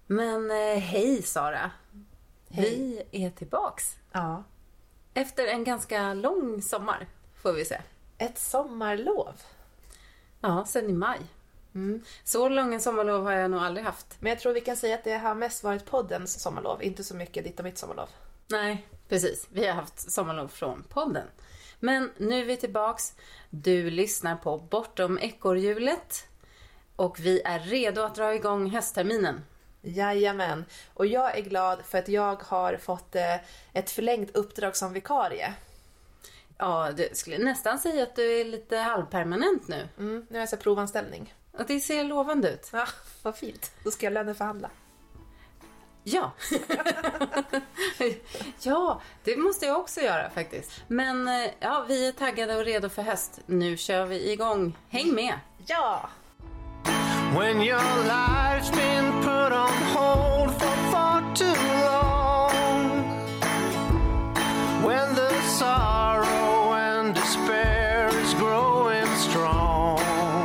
Men hej Sara. Hej. Vi är tillbaks. Ja. Efter en ganska lång sommar, får vi se. Ett sommarlov. Ja, sen i maj. Så långa sommarlov har jag nog aldrig haft. Men jag tror vi kan säga att det har mest varit poddens sommarlov, inte så mycket ditt och mitt sommarlov. Nej, precis. Vi har haft sommarlov från podden. Men nu är vi tillbaks. Du lyssnar på Bortom ekorrhjulet. Och vi är redo att dra igång höstterminen. Jajamän. Och jag är glad för att jag har fått ett förlängt uppdrag som vikarie. Ja, du skulle nästan säga att du är lite halvpermanent nu. Nu är jag så provanställning. Och det ser lovande ut. Ja, vad fint. Då ska jag löneförhandla. Ja. Ja, det måste jag också göra faktiskt. Men ja, vi är taggade och redo för höst. Nu kör vi igång. Häng med! Ja! When your life's been put on hold for far too long, when the sorrow and despair is growing strong,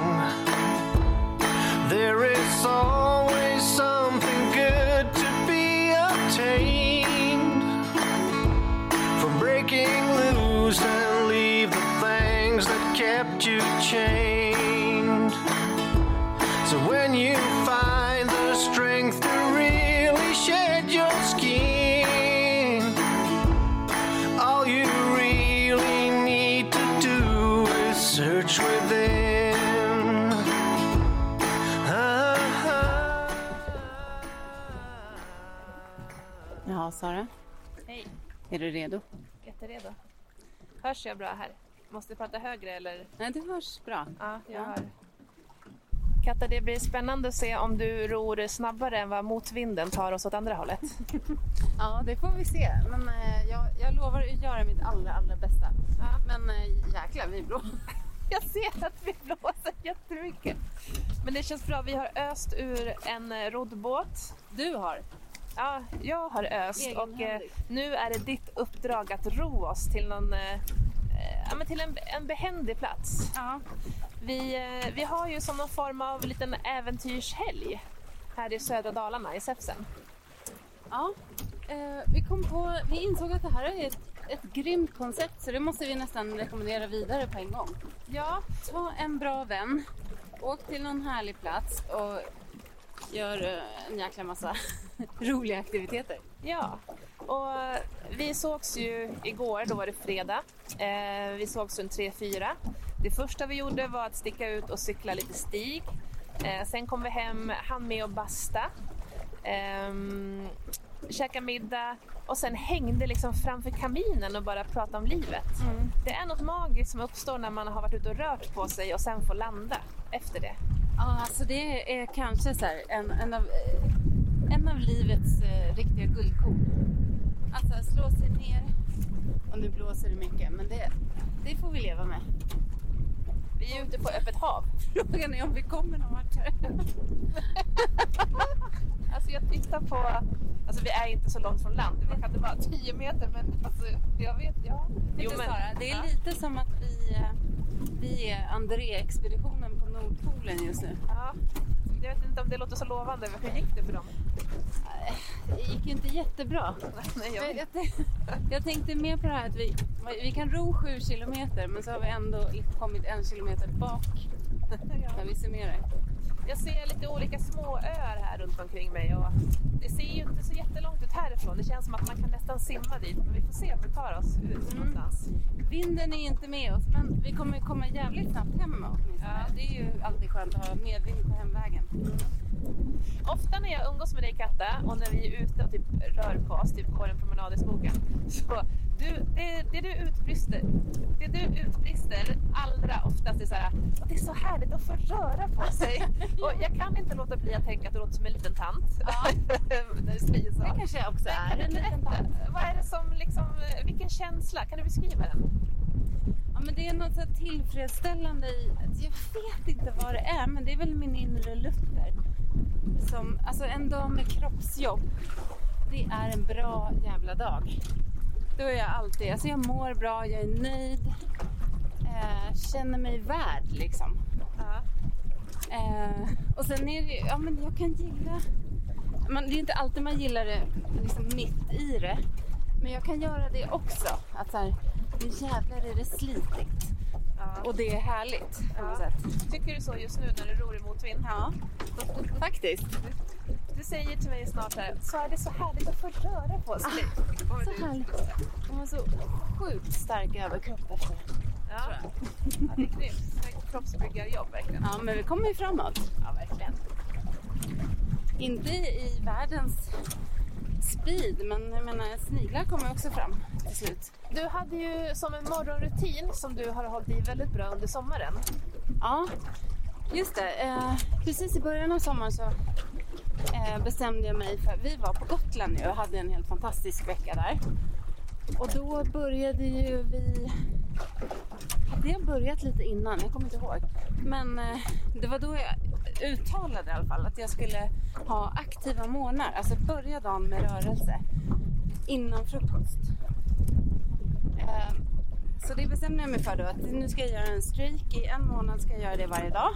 there is always something good to be obtained from breaking loose and leave the things that kept you chained. So when you find the strength to really shed your skin, all you really need to do is search within. Ja, Sara. Hej, Är du redo? jätteredo. Hörs jag bra här? Måste jag prata högre eller? Nej, det hörs bra. Ja, jag hör. Katta, det blir spännande att se om du ror snabbare än vad motvinden tar oss åt andra hållet. Ja, det får vi se. Men jag lovar att göra mitt allra bästa. Ja. Men jäklar, vi blå. Jag ser att vi blåser jättemycket. Men det känns bra. Vi har öst ur en roddbåt. Du har. Ja, jag har öst. Och Egenhändigt. nu är det ditt uppdrag att ro oss till någon... men till en behändig plats. Ja. Vi har ju som någon form av liten äventyrshelg här i södra Dalarna i Säfsen. Ja, vi insåg att det här är ett grymt koncept, så det måste vi nästan rekommendera vidare på en gång. Ja, Ta en bra vän, åk till någon härlig plats och gör en jäkla massa roliga aktiviteter. ja. Och vi sågs ju igår, då var det fredag. Vi sågs runt 3-4. Det första vi gjorde var att sticka ut och cykla lite stig. Sen kom vi hem, hann med och basta. Käka middag och sen hängde liksom framför kaminen och bara prata om livet. Det är något magiskt som uppstår när man har varit ute och rört på sig och sen får landa efter det. Ja, alltså det är kanske så här en av livets riktiga guldkorn. Alltså slå sig ner, och nu blåser det mycket, men det får vi leva med. Vi är ute på öppet hav. Frågan är om vi kommer någon vart här. Alltså jag tittar på... Alltså vi är inte så långt från land. Det kan det vara 10 meter, men alltså jag vet, ja. Sara, det är lite som att vi är André-expeditionen på Nordpolen just nu. Ja. Jag vet inte om det låter så lovande. Hur gick det för dem? Det gick ju inte jättebra. Nej, Jag tänkte mer på det här att vi kan ro 7 kilometer, men så har vi ändå kommit 1 kilometer bak när vi summerar. jag ser lite olika små öar här runt omkring mig och det ser ju inte så jättelångt ut härifrån. Det känns som att man kan nästan simma dit, men vi får se om vi tar oss ut någonstans. Vinden är inte med oss, men vi kommer komma jävligt snabbt hem åtminstone. Ja. Det är ju alltid skönt att ha medvind på hemvägen. Ofta när jag umgås med dig, Katta, och när vi är ute och typ rör på oss, typ går en promenad i skogen, så det du utbrister allra oftast är så här: det är så härligt att få röra på sig. Och jag kan inte låta bli att tänka att du låter som en liten tant. Ja. När du säger så. Det kanske jag också är, en liten tant. Vad är det som liksom, vilken känsla? Kan du beskriva den? Ja, men det är något så här tillfredsställande i, jag vet inte vad det är, men det är väl min inre Luther. Som, alltså en dag med kroppsjobb, det är en bra jävla dag. Då är jag alltid, alltså jag mår bra, jag är nöjd, känner mig värd liksom. Ja. Och sen är det, ja men jag kan gilla det är inte alltid man gillar det liksom mitt i det. Men jag kan göra det också. Att så här, det jävlar är det slitigt. Ja. Och det är härligt på något sätt. Tycker du så just nu när det ror i motvind? Ja, faktiskt. Du säger till mig snart här, så är det så härligt att få röra på sig. Så härligt. De har så sjukt stark överkropp efter. Ja, det är grymt. Det är kroppsbyggarjobb verkligen. Ja, men vi kommer ju framåt. Ja, verkligen. Inte i världens speed, men jag menar, sniglar kommer också fram till slut. Du hade ju som en morgonrutin som du har hållit i väldigt bra under sommaren. Ja, just det. Precis i början av sommaren så bestämde jag mig för, vi var på Gotland nu och hade en helt fantastisk vecka där. Och då började ju vi, hade jag börjat lite innan, jag kommer inte ihåg. Men det var då jag uttalade i alla fall att jag skulle ha aktiva morgnar, alltså börja dagen med rörelse innan frukost. Så det bestämde jag mig för då, att nu ska jag göra en streak, i en månad ska jag göra det varje dag.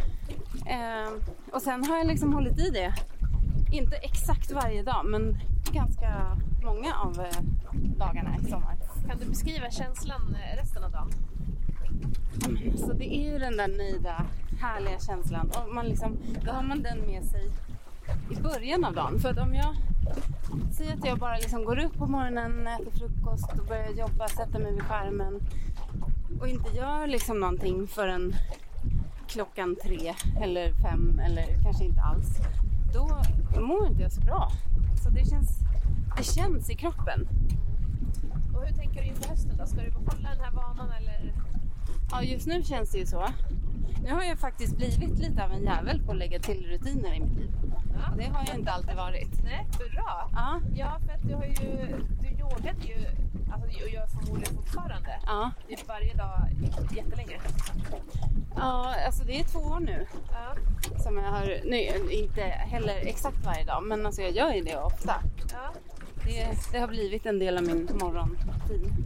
Och sen har jag liksom hållit i det, inte exakt varje dag men ganska många av dagarna i sommar. Kan du beskriva känslan resten av dagen? Så det är ju den där nöjda, härliga känslan. Och man liksom, då har man den med sig i början av dagen. För att om jag säger att jag bara liksom går upp på morgonen, äter frukost och börjar jobba, sätter mig vid skärmen och inte gör liksom någonting förrän klockan 3 eller 5 eller kanske inte alls, då mår inte jag så bra. Så det känns i kroppen. Och hur tänker du inför hösten då? Ska du behålla den här vanan eller? Ja, just nu känns det ju så. Nu har jag faktiskt blivit lite av en jävel på att lägga till rutiner i mitt liv. Ja. Det har jag inte alltid varit. Nej, bra. Ja. Ja, för att du yogade ju, alltså och gör förmodligen fortfarande. Ja. Typ varje dag jättelänge. Ja, alltså det är 2 år nu. Ja. Som jag har, nej, inte heller exakt varje dag, men alltså jag gör ju det ofta. Ja. Det har blivit en del av min morgonrutin.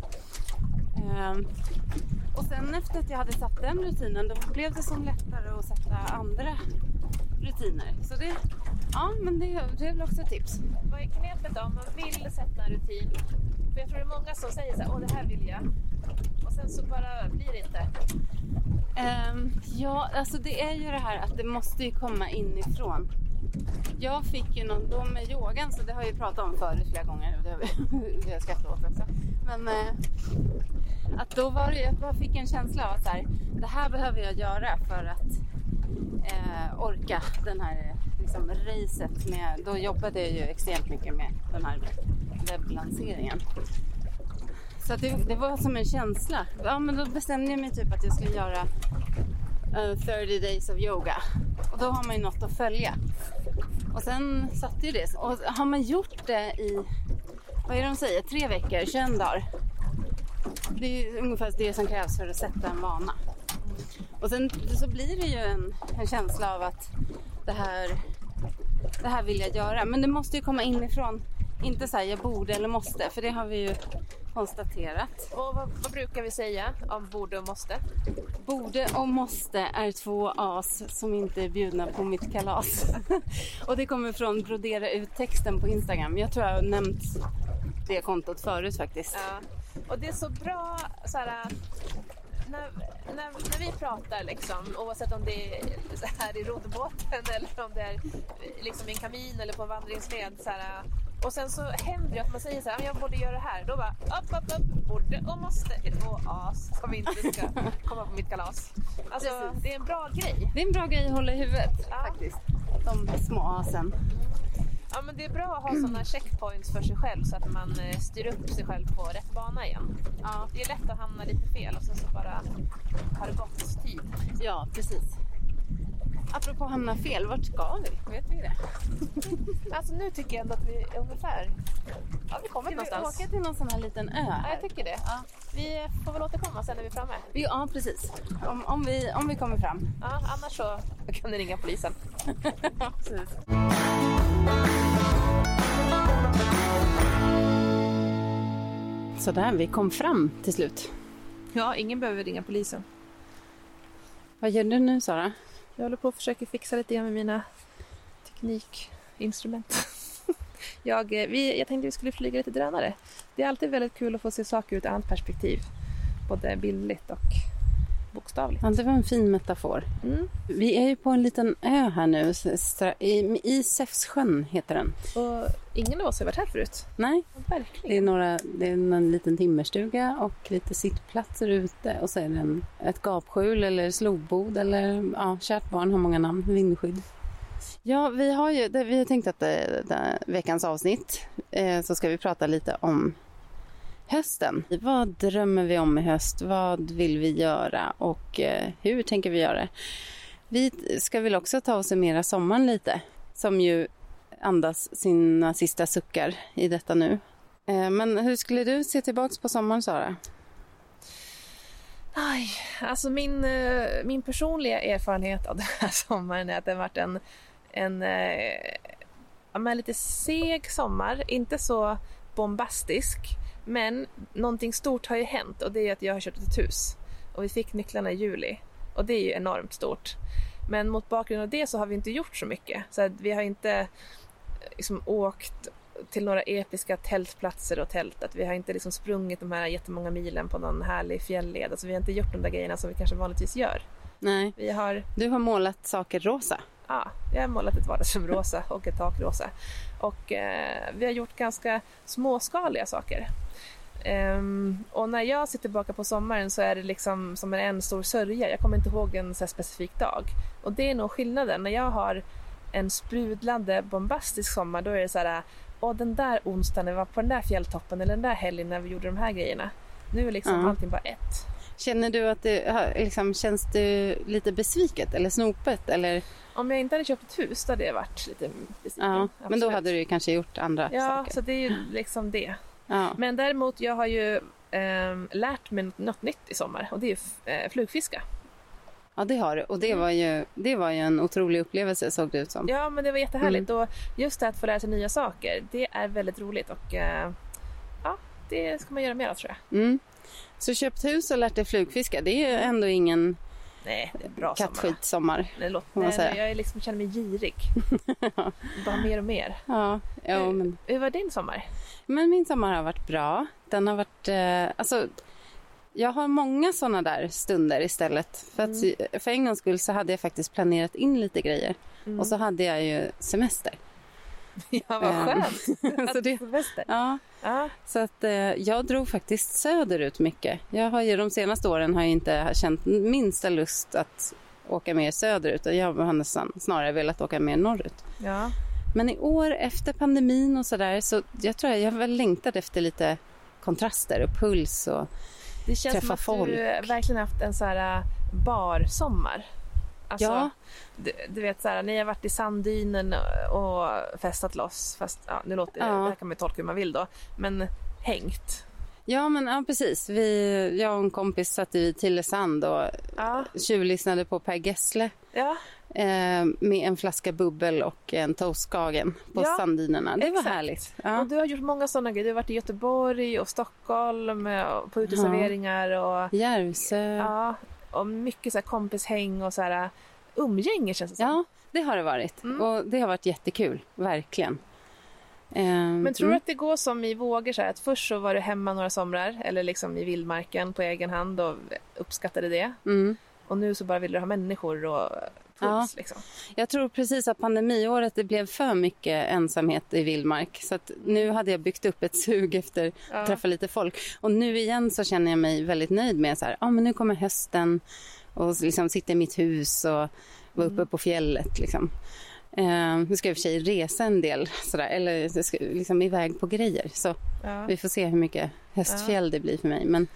Och sen efter att jag hade satt den rutinen, då blev det som lättare att sätta andra rutiner. Så det, ja, men det är väl också ett tips. Vad är knepet då om man vill sätta en rutin? För jag tror det är många som säger så här, det här vill jag. Och sen så bara blir det inte. Ja, alltså det är ju det här att det måste ju komma inifrån. Jag fick ju någon då med yogan, så det har jag ju pratat om förut flera gånger. Det har jag skrattat åt också. Men att då var det ju att jag fick en känsla av att så här, det här behöver jag göra för att orka den här liksom racet med. Då jobbade jag ju extremt mycket med den här webblanseringen. Så att det var som en känsla. Ja, men då bestämde jag mig typ att jag skulle göra 30 days of yoga. Och då har man ju något att följa. Och sen satte ju det. Och har man gjort det i, vad är det de säger, 3 veckor, 21 dagar. Det är ungefär det som krävs för att sätta en vana. Och sen så blir det ju en känsla av att det här vill jag göra. Men det måste ju komma inifrån. Inte så här, jag borde eller måste. För det har vi ju konstaterat. Och vad brukar vi säga om borde och måste? Borde och måste är 2 as som inte är bjudna på mitt kalas. Och det kommer från Brodera ut texten på Instagram. Jag tror jag har nämnt det kontot förut faktiskt. Ja. Och det är så bra så här, när vi pratar liksom, oavsett om det är så här i roddbåten eller om det är liksom i en kamin eller på en vandringsled så här. Och sen så händer det att man säger så här, jag borde göra det här. Då bara, upp, borde och måste. Det är 2 as som inte ska komma på mitt kalas. Alltså, precis. det är en bra grej. Det är en bra grej att hålla i huvudet faktiskt. De små asen. Ja, men det är bra att ha sådana checkpoints för sig själv så att man styr upp sig själv på rätt bana igen. Ja. Det är lätt att hamna lite fel och sen så bara har det gått tid. Ja, precis. Apropå hamna fel, vart ska vi? Vet vi det? Alltså nu tycker jag ändå att vi ungefär vi kommer Ska någonstans. vi åka till någon sån här liten ö här? Ja, jag tycker det. Ja. Vi får väl återkomma sen när vi är framme. Ja, precis. Om vi kommer fram. Ja, annars så kan ni ringa polisen. Ja, precis. Så där, vi kom fram till slut. Ja, ingen behöver ringa polisen. Vad gör du nu, Sara? Jag håller på att försöka fixa lite grann med mina instrument. Jag tänkte vi skulle flyga lite drönare. Det är alltid väldigt kul att få se saker ur ett annat perspektiv. Både bildligt och bokstavligt. Ja, det var en fin metafor. Mm. Vi är ju på en liten ö här nu. I Säfssjön heter den. Och ingen av oss har varit här förut. Nej, Verkligen. det är en liten timmerstuga och lite sittplatser ute. Och så är det ett gapskjul eller slogbod eller kärt barn har många namn. Vindskydd. Ja, vi har tänkt att det veckans avsnitt så ska vi prata lite om hösten. Vad drömmer vi om i höst? Vad vill vi göra? Och hur tänker vi göra det? Vi ska väl också ta oss mera sommaren lite. Som ju andas sina sista suckar i detta nu. Men hur skulle du se tillbaka på sommaren, Sara? Alltså min personliga erfarenhet av den här sommaren är att det har varit en lite seg sommar. Inte så bombastisk. Men någonting stort har ju hänt och det är att jag har köpt ett hus. Och vi fick nycklarna i juli. Och det är ju enormt stort. Men mot bakgrund av det så har vi inte gjort så mycket. Så att vi har inte åkt till några episka tältplatser och tältat. Vi har inte sprungit de här jättemånga milen på någon härlig fjällled. Alltså vi har inte gjort de där grejerna som vi kanske vanligtvis gör. Nej, du har målat saker rosa. Ja, jag har målat ett vardagsrum rosa och ett tak rosa. Och vi har gjort ganska småskaliga saker. Och när jag sitter tillbaka på sommaren så är det som en stor sörja. Jag kommer inte ihåg en så här specifik dag. Och det är nog skillnaden. När jag har en sprudlande bombastisk sommar, då är det så här: den där onsdagen när vi var på den där fjälltoppen eller den där helgen när vi gjorde de här grejerna. Nu är allting bara ett. Känner du att det känns du lite besviket eller snopet? Eller? Om jag inte hade köpt ett hus då hade jag varit lite besviken. Ja, men då hade du ju kanske gjort andra saker. Ja, så det är ju det. Ja. Men däremot, jag har ju lärt mig något nytt i sommar. Och det är ju flugfiska. Ja, det har du. Och det var ju en otrolig upplevelse, såg det ut som. Ja, men det var jättehärligt. Och just det att få lära sig nya saker, det är väldigt roligt. Och det ska man göra mer av, tror jag. Mm. Så köpt hus och lärt dig flugfiska, det är ju ändå ingen bra kattskitsommar. Jag känner mig girig. Bara mer och mer. Ja, men... Hur var din sommar? Men min sommar har varit bra. Den har varit... jag har många sådana där stunder istället. För att för en gångs skull så hade jag faktiskt planerat in lite grejer. Och så hade jag ju semester. Ja, vad skönt. Så det, ja. Så att jag drog faktiskt söderut mycket. Jag har ju de senaste åren har jag inte känt minsta lust att åka mer söderut. Jag har nästan snarare velat åka mer norrut. Ja. Men i år efter pandemin och sådär, så jag tror jag väl längtat efter lite kontraster och puls och det känns träffa som att folk. Du verkligen haft en så här barsommar. Alltså, ja. Du vet så här, när jag varit i sanddynen och festat loss, fast nu låter det här kan man tolka hur man vill då, men hängt. Ja, men precis. Jag och en kompis satt i Tylösand och tjuvlyssnade på Per Gessle. Ja. Med en flaska bubbel och en toastkagen på sanddynerna. Det var härligt. Ja. Och du har gjort många sådana grejer. Du har varit i Göteborg och Stockholm på uteserveringar och Järvsö. Ja, och mycket så här kompishäng och så här umgänge känns det som. Ja, det har det varit. Och det har varit jättekul, verkligen. Men tror du att det går som i vågor så här, att först så var du hemma några somrar eller liksom i vildmarken på egen hand och uppskattade det. Och nu så bara vill du ha människor och puls liksom. Jag tror precis att pandemiåret det blev för mycket ensamhet i vildmark. Så att nu hade jag byggt upp ett sug efter att träffa lite folk. Och nu igen så känner jag mig väldigt nöjd med så här, men nu kommer hösten och liksom sitta i mitt hus och vara uppe på fjället liksom. Nu ska jag i och för sig resa en del sådär, eller ska, liksom iväg på grejer. Så vi får se hur mycket höstfjäll det blir för mig. Men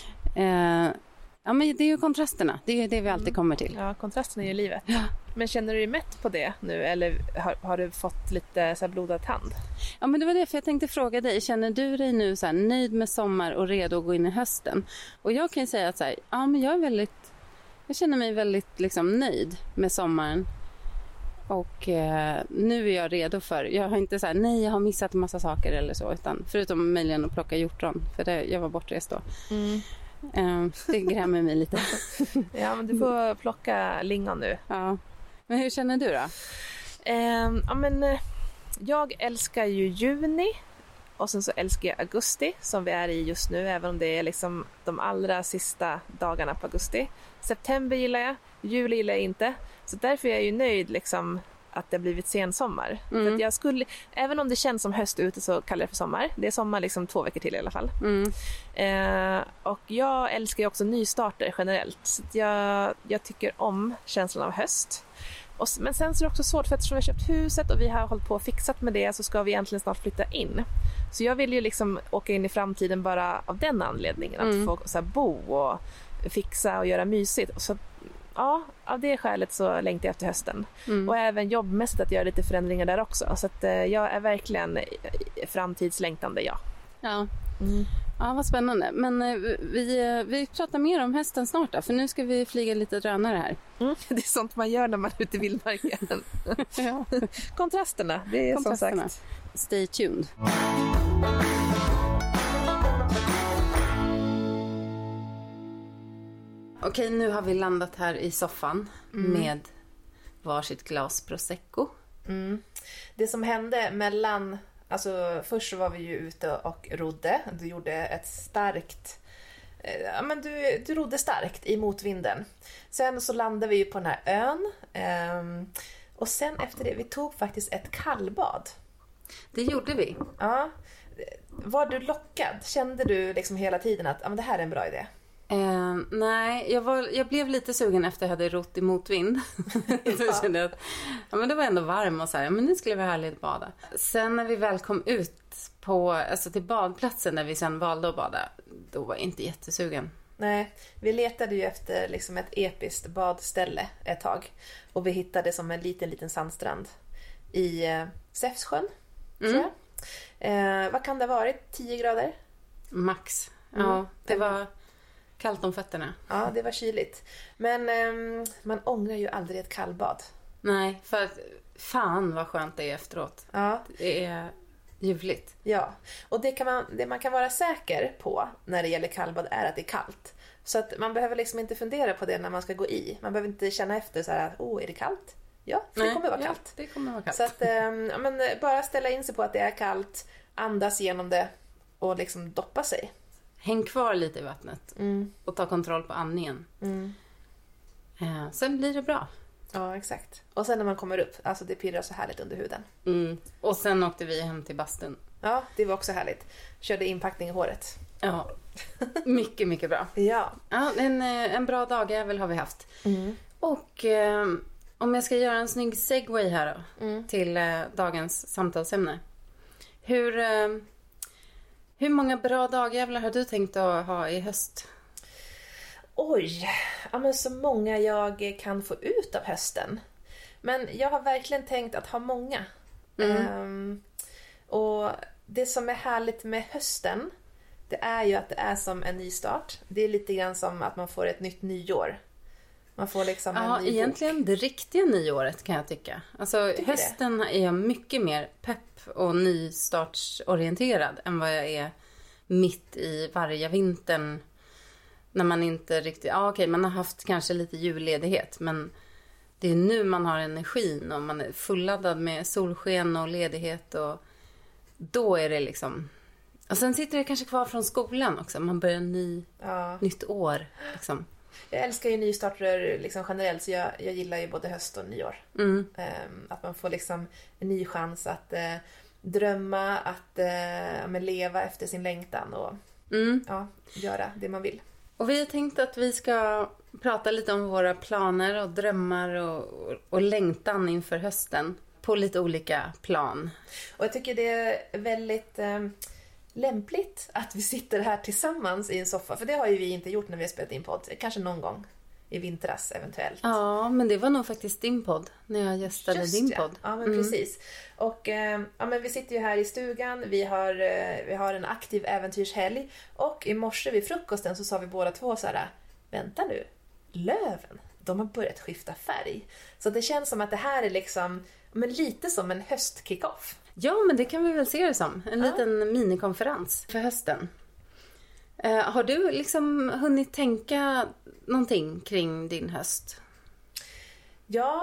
men det är ju kontrasterna. Det är det vi alltid kommer till. Ja, kontrasterna är ju livet. Ja. Men känner du dig mätt på det nu? Eller har du fått lite så här blodad tand? Ja, men det var det för jag tänkte fråga dig. Känner du dig nu så här nöjd med sommar och redo att gå in i hösten? Och jag kan ju säga att så här, men jag känner mig väldigt liksom nöjd med sommaren. Och nu är jag redo för, jag har inte så här, jag har missat en massa saker eller så, utan förutom möjligen att plocka hjortron, för jag var bortrest då. Det grämer mig lite. Ja, men du får plocka lingon nu. Ja. Men hur känner du då? Jag älskar ju juni och sen så älskar jag augusti som vi är i just nu, även om det är liksom de allra sista dagarna på augusti. September gillar jag, juli gillar jag inte. Så därför är jag ju nöjd liksom att det har blivit sensommar. För att jag skulle, även om det känns som höst ute så kallar jag det för sommar. Det är sommar liksom 2 veckor till i alla fall. Och jag älskar ju också nystarter generellt. Så att jag tycker om känslan av höst. Men sen så är det också svårt för att eftersom vi har köpt huset och vi har hållit på och fixat med det så ska vi egentligen snart flytta in. Så jag vill ju liksom åka in i framtiden bara av den anledningen. Att få så här, bo och fixa och göra mysigt. Så ja, av det skälet så längtar jag efter hösten. Och även jobbmässigt att göra lite förändringar där också. Så att jag är verkligen framtidslängtande, ja. Ja. Ja, vad spännande. Men vi pratar mer om hösten snart då, för nu ska vi flyga lite drönare här. Det är sånt man gör när man är ute i vildmarken. Ja. Kontrasterna, det är som sagt. Stay tuned. Okej, nu har vi landat här i soffan med varsitt glas prosecco. Det som hände mellan, alltså först så var vi ju ute och rodde. Du gjorde ett starkt, men du rodde starkt i motvinden. Sen så landade vi ju på den här ön. Och sen efter det, vi tog faktiskt ett kallbad. Det gjorde vi. Ja. Var du lockad? Kände du liksom hela tiden att men det här är en bra idé? Nej, jag blev lite sugen efter att jag hade rott i motvind. Då kände jag att men det var ändå varmt och så här, men nu skulle det vara härligt att bada. Sen när vi väl kom ut till badplatsen där vi sen valde att bada, då var jag inte jättesugen. Nej, vi letade ju efter liksom ett episkt badställe ett tag. Och vi hittade som en liten sandstrand i Säfssjön, tror jag. Vad kan det ha varit? 10 grader? Max. Ja, det var kallt om fötterna. Ja, det var kyligt. Men man ångrar ju aldrig ett kallbad. Nej, för fan vad skönt det är efteråt. Ja. Det är ljuvligt. Ja, och det man kan vara säker på när det gäller kallbad är att det är kallt. Så att man behöver liksom inte fundera på det när man ska gå i. Man behöver inte känna efter så här att är det kallt? Ja, för det kommer vara kallt. Ja, det kommer vara kallt. Så att bara ställa in sig på att det är kallt, andas genom det och liksom doppa sig. Häng kvar lite i vattnet och ta kontroll på andningen. Sen blir det bra. Ja, exakt. Och sen när man kommer upp, alltså det pirrar så härligt under huden. Och sen åkte vi hem till bastun. Ja, det var också härligt. Körde inpackning i håret. Ja, mycket, mycket bra. Ja. Ja, en bra dagjävel har vi haft. Och om jag ska göra en snygg segway här då, till dagens samtalsämne. Hur många bra dagjävlar har du tänkt att ha i höst? Oj, men så många jag kan få ut av hösten. Men jag har verkligen tänkt att ha många. Och det som är härligt med hösten, det är ju att det är som en ny start. Det är lite grann som att man får ett nytt nyår. Man får liksom en ny egentligen bok. Det riktiga nyåret kan jag tycka. Alltså hösten är jag mycket mer pepp och nystartsorienterad än vad jag är mitt i varje vintern. När man inte riktigt, man har haft kanske lite julledighet, men det är nu man har energin och man är fulladdad med solsken och ledighet, och då är det liksom. Och sen sitter det kanske kvar från skolan också. Man börjar nytt år liksom. Jag älskar ju nystarter liksom generellt, så jag gillar ju både höst och nyår. Att man får liksom en ny chans att drömma, att leva efter sin längtan och göra det man vill. Och vi har tänkt att vi ska prata lite om våra planer och drömmar och längtan inför hösten på lite olika plan. Och jag tycker det är väldigt lämpligt att vi sitter här tillsammans i en soffa. För det har ju vi inte gjort när vi har spelat in podd. Kanske någon gång i vintras eventuellt. Ja, men det var nog faktiskt din podd när jag gästade din podd. Ja, men precis. Och men vi sitter ju här i stugan. Vi har en aktiv äventyrshelg. Och i morse vid frukosten så sa vi båda två så här: vänta nu, löven, de har börjat skifta färg. Så det känns som att det här är liksom lite som en höst-kick-off. Ja, men det kan vi väl se det som. En liten minikonferens för hösten. Har du liksom hunnit tänka någonting kring din höst? Ja,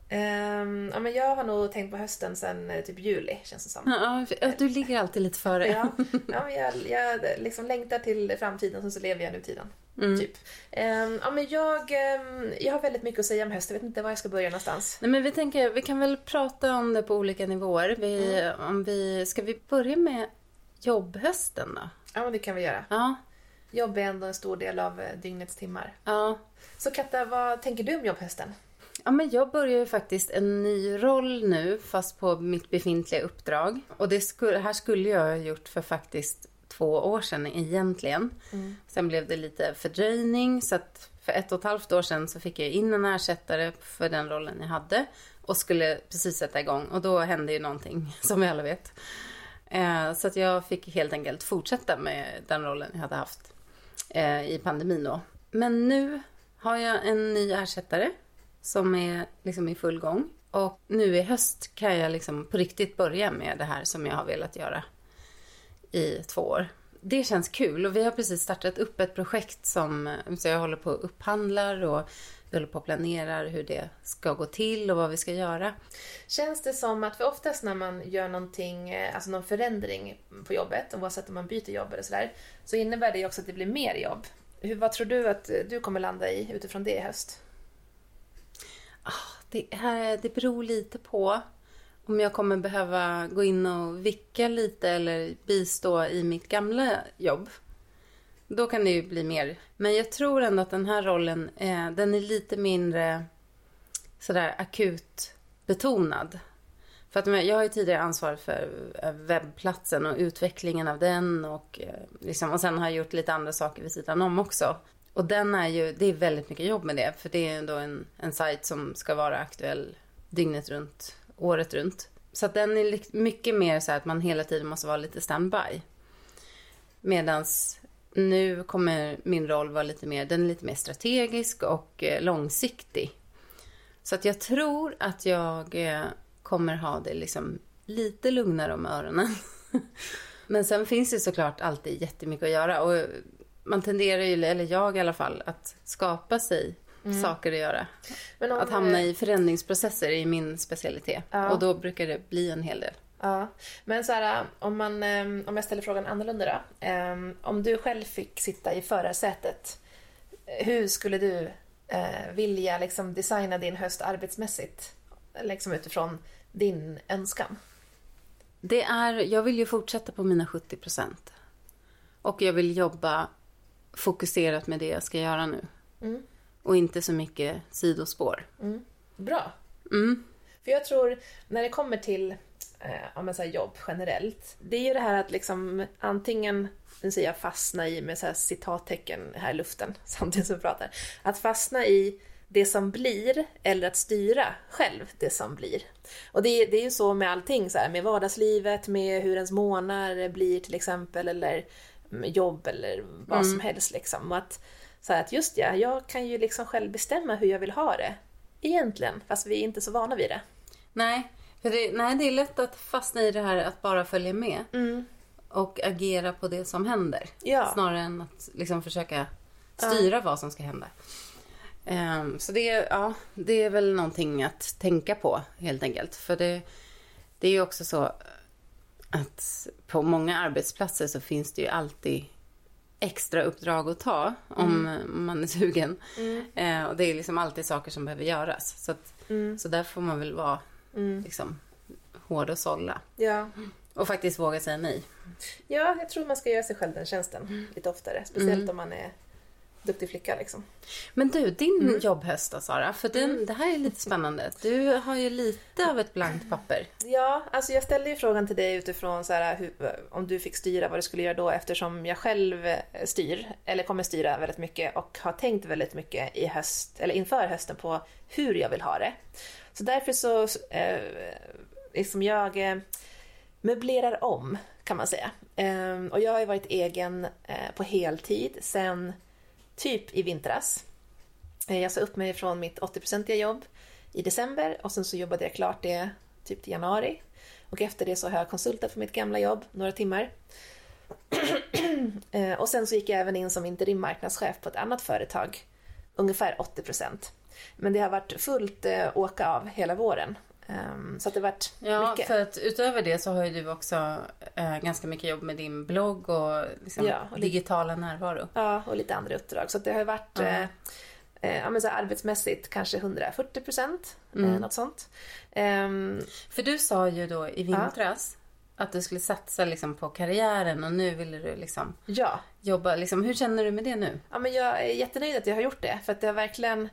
Ja, men jag har nog tänkt på hösten sen typ juli, känns det som. Ja, du ligger alltid lite före. Ja, men jag liksom längtar till framtiden och så lever jag nutiden. Typ. Ja, men jag har väldigt mycket att säga om höst. Jag vet inte var jag ska börja någonstans. Nej, men vi kan väl prata om det på olika nivåer. Ska vi börja med jobbhösten då? Ja, men det kan vi göra. Ja. Jobb är ändå en stor del av dygnets timmar. Ja. Så Katta, vad tänker du om jobbhösten? Ja, men jag börjar ju faktiskt en ny roll nu, fast på mitt befintliga uppdrag. Och här skulle jag ha gjort för faktiskt 2 år sedan egentligen. Sen blev det lite fördröjning, så att för 1,5 år sedan så fick jag in en ersättare för den rollen jag hade. Och skulle precis sätta igång. Och då hände ju någonting, som vi alla vet. Så att jag fick helt enkelt fortsätta med den rollen jag hade haft i pandemin då. Men nu har jag en ny ersättare som är liksom i full gång. Och nu i höst kan jag liksom på riktigt börja med det här som jag har velat göra i 2 år. Det känns kul, och vi har precis startat upp ett projekt så jag håller på att upphandlar och vi håller på att planerar hur det ska gå till och vad vi ska göra. Känns det som att, för oftast när man gör någonting, alltså någon förändring på jobbet, oavsett om man byter jobb eller sådär, så innebär det också att det blir mer jobb. Vad tror du att du kommer landa i utifrån det i höst? Det beror lite på om jag kommer behöva gå in och vicka lite eller bistå i mitt gamla jobb. Då kan det ju bli mer. Men jag tror ändå att den här rollen den är lite mindre sådär akut betonad. För att jag har ju tidigare ansvar för webbplatsen och utvecklingen av den. Och sen har jag gjort lite andra saker vid sidan om också. Och det är väldigt mycket jobb med det. För det är ändå en sajt som ska vara aktuell dygnet runt, året runt. Så att den är mycket mer så att man hela tiden måste vara lite standby. Medans nu kommer min roll vara lite mer strategisk och långsiktig. Så att jag tror att jag kommer ha det liksom lite lugnare om öronen. Men sen finns det såklart alltid jättemycket att göra. Och man tenderar ju, eller jag i alla fall, att skapa sig saker att göra. Men att hamna i förändringsprocesser är min specialitet. Ja. Och då brukar det bli en hel del. Ja, men så här, om jag ställer frågan annorlunda då. Om du själv fick sitta i förarsätet, hur skulle du vilja liksom designa din höst arbetsmässigt? Liksom utifrån din önskan. Jag vill ju fortsätta på mina 70%. Och jag vill jobba fokuserat med det jag ska göra nu. Och inte så mycket sidospår. Bra. För jag tror, när det kommer till jobb generellt, det är ju det här att liksom antingen fastna i med så här citattecken här i luften samtidigt som vi pratar. Att fastna i det som blir eller att styra själv det som blir. Och det är ju så med allting, så här, med vardagslivet, med hur ens månader blir till exempel, eller jobb eller vad som helst liksom. Och att, så här, att just jag kan ju liksom själv bestämma hur jag vill ha det egentligen, fast vi är inte så vana vid det. Nej, det är lätt att fastna i det här att bara följa med och agera på det som händer. Ja. Snarare än att liksom försöka styra vad som ska hända. Så det är väl någonting att tänka på helt enkelt. För det är ju också så att på många arbetsplatser så finns det ju alltid extra uppdrag att ta om man är sugen. Och det är liksom alltid saker som behöver göras. Så där får man väl vara liksom hård och sålla. Ja. Och faktiskt våga säga nej. Ja, jag tror man ska göra sig själv den tjänsten lite oftare. Speciellt om man är duktig flicka liksom. Men du, din jobbhöst då, Sara, för det här är lite spännande. Du har ju lite av ett blankt papper. Ja, alltså jag ställde ju frågan till dig utifrån så här, om du fick styra vad du skulle göra då, eftersom jag själv kommer styra väldigt mycket och har tänkt väldigt mycket inför hösten på hur jag vill ha det. Så därför så liksom jag möblerar om, kan man säga. Och jag har ju varit egen på heltid sen typ i vintras. Jag sa upp mig från mitt 80-procentiga jobb i december och sen så jobbade jag klart det typ till januari. Och efter det så har jag konsultat för mitt gamla jobb några timmar. Och sen så gick jag även in som interim marknadschef på ett annat företag. Ungefär 80%. Men det har varit fullt åka av hela våren. Så att det har varit mycket. För att utöver det så har ju du också ganska mycket jobb med din blogg och, liksom och digitala närvaro. Ja, och lite andra uppdrag. Så att det har varit men så arbetsmässigt kanske 140%, något sånt. För du sa ju då i vintras att du skulle satsa liksom på karriären och nu vill du liksom jobba. Liksom, hur känner du med det nu? Ja, men jag är jättenöjd att jag har gjort det. För att det har verkligen...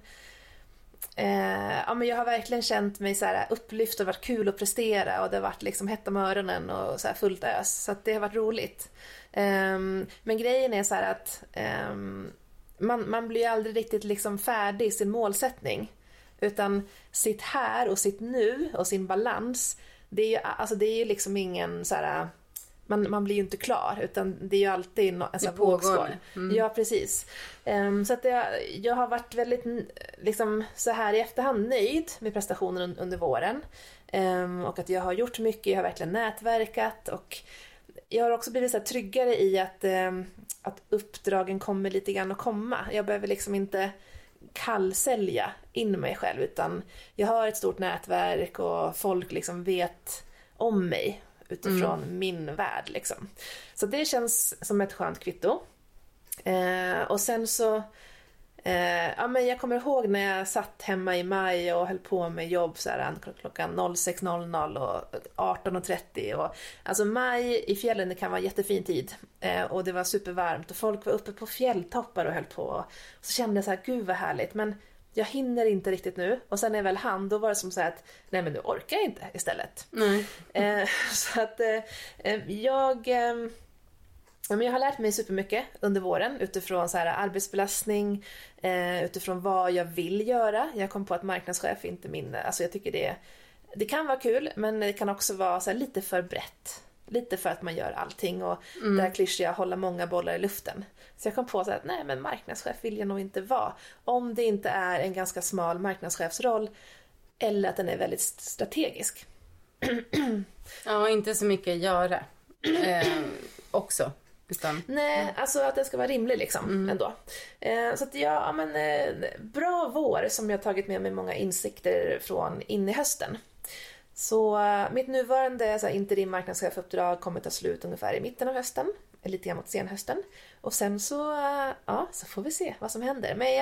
men jag har verkligen känt mig så här upplyft och varit kul att prestera. Och det har varit liksom hett om öronen och så här fullt ös. Så att det har varit roligt. Men grejen är så här att... Man blir aldrig riktigt liksom färdig i sin målsättning. Utan sitt här och sitt nu och sin balans... Det är ju liksom ingen så här... Man blir ju inte klar, utan det är ju alltid en vågskål. Ja, precis. Så att jag har varit väldigt liksom, så här i efterhand nöjd med prestationen under våren. Och att jag har gjort mycket, jag har verkligen nätverkat. Och jag har också blivit så här tryggare i att uppdragen kommer lite grann att komma. Jag behöver liksom inte kallsälja in mig själv, utan jag har ett stort nätverk och folk liksom vet om mig utifrån min värld liksom. Så det känns som ett skönt kvitto. Och sen så men jag kommer ihåg när jag satt hemma i maj och höll på med jobb så här, klockan 06.00 och 18.30 och alltså maj i fjällen, det kan vara jättefin tid och det var supervarmt och folk var uppe på fjälltoppar och höll på och så kände jag så här, gud vad härligt, men jag hinner inte riktigt nu. Och sen när jag väl hann, då var det som så att nej, men nu orkar jag inte istället. Så att jag har lärt mig supermycket under våren utifrån så här arbetsbelastning, utifrån vad jag vill göra. Jag kom på att marknadschef är inte min... Alltså jag tycker det kan vara kul, men det kan också vara så här lite för brett. Lite för att man gör allting och där klyschiga hålla många bollar i luften. Så jag kom på så att nej, men marknadschef vill jag nog inte vara. Om det inte är en ganska smal marknadschefsroll eller att den är väldigt strategisk. Ja, inte så mycket göra också. Utan... Nej, alltså att det ska vara rimlig liksom ändå. Så att bra vår som jag tagit med mig många insikter från in i hösten. Så mitt nuvarande så här, interim marknadschefuppdrag kommer ta slut ungefär i mitten av hösten, lite grann mot senhösten. Och sen så så får vi se vad som händer. Men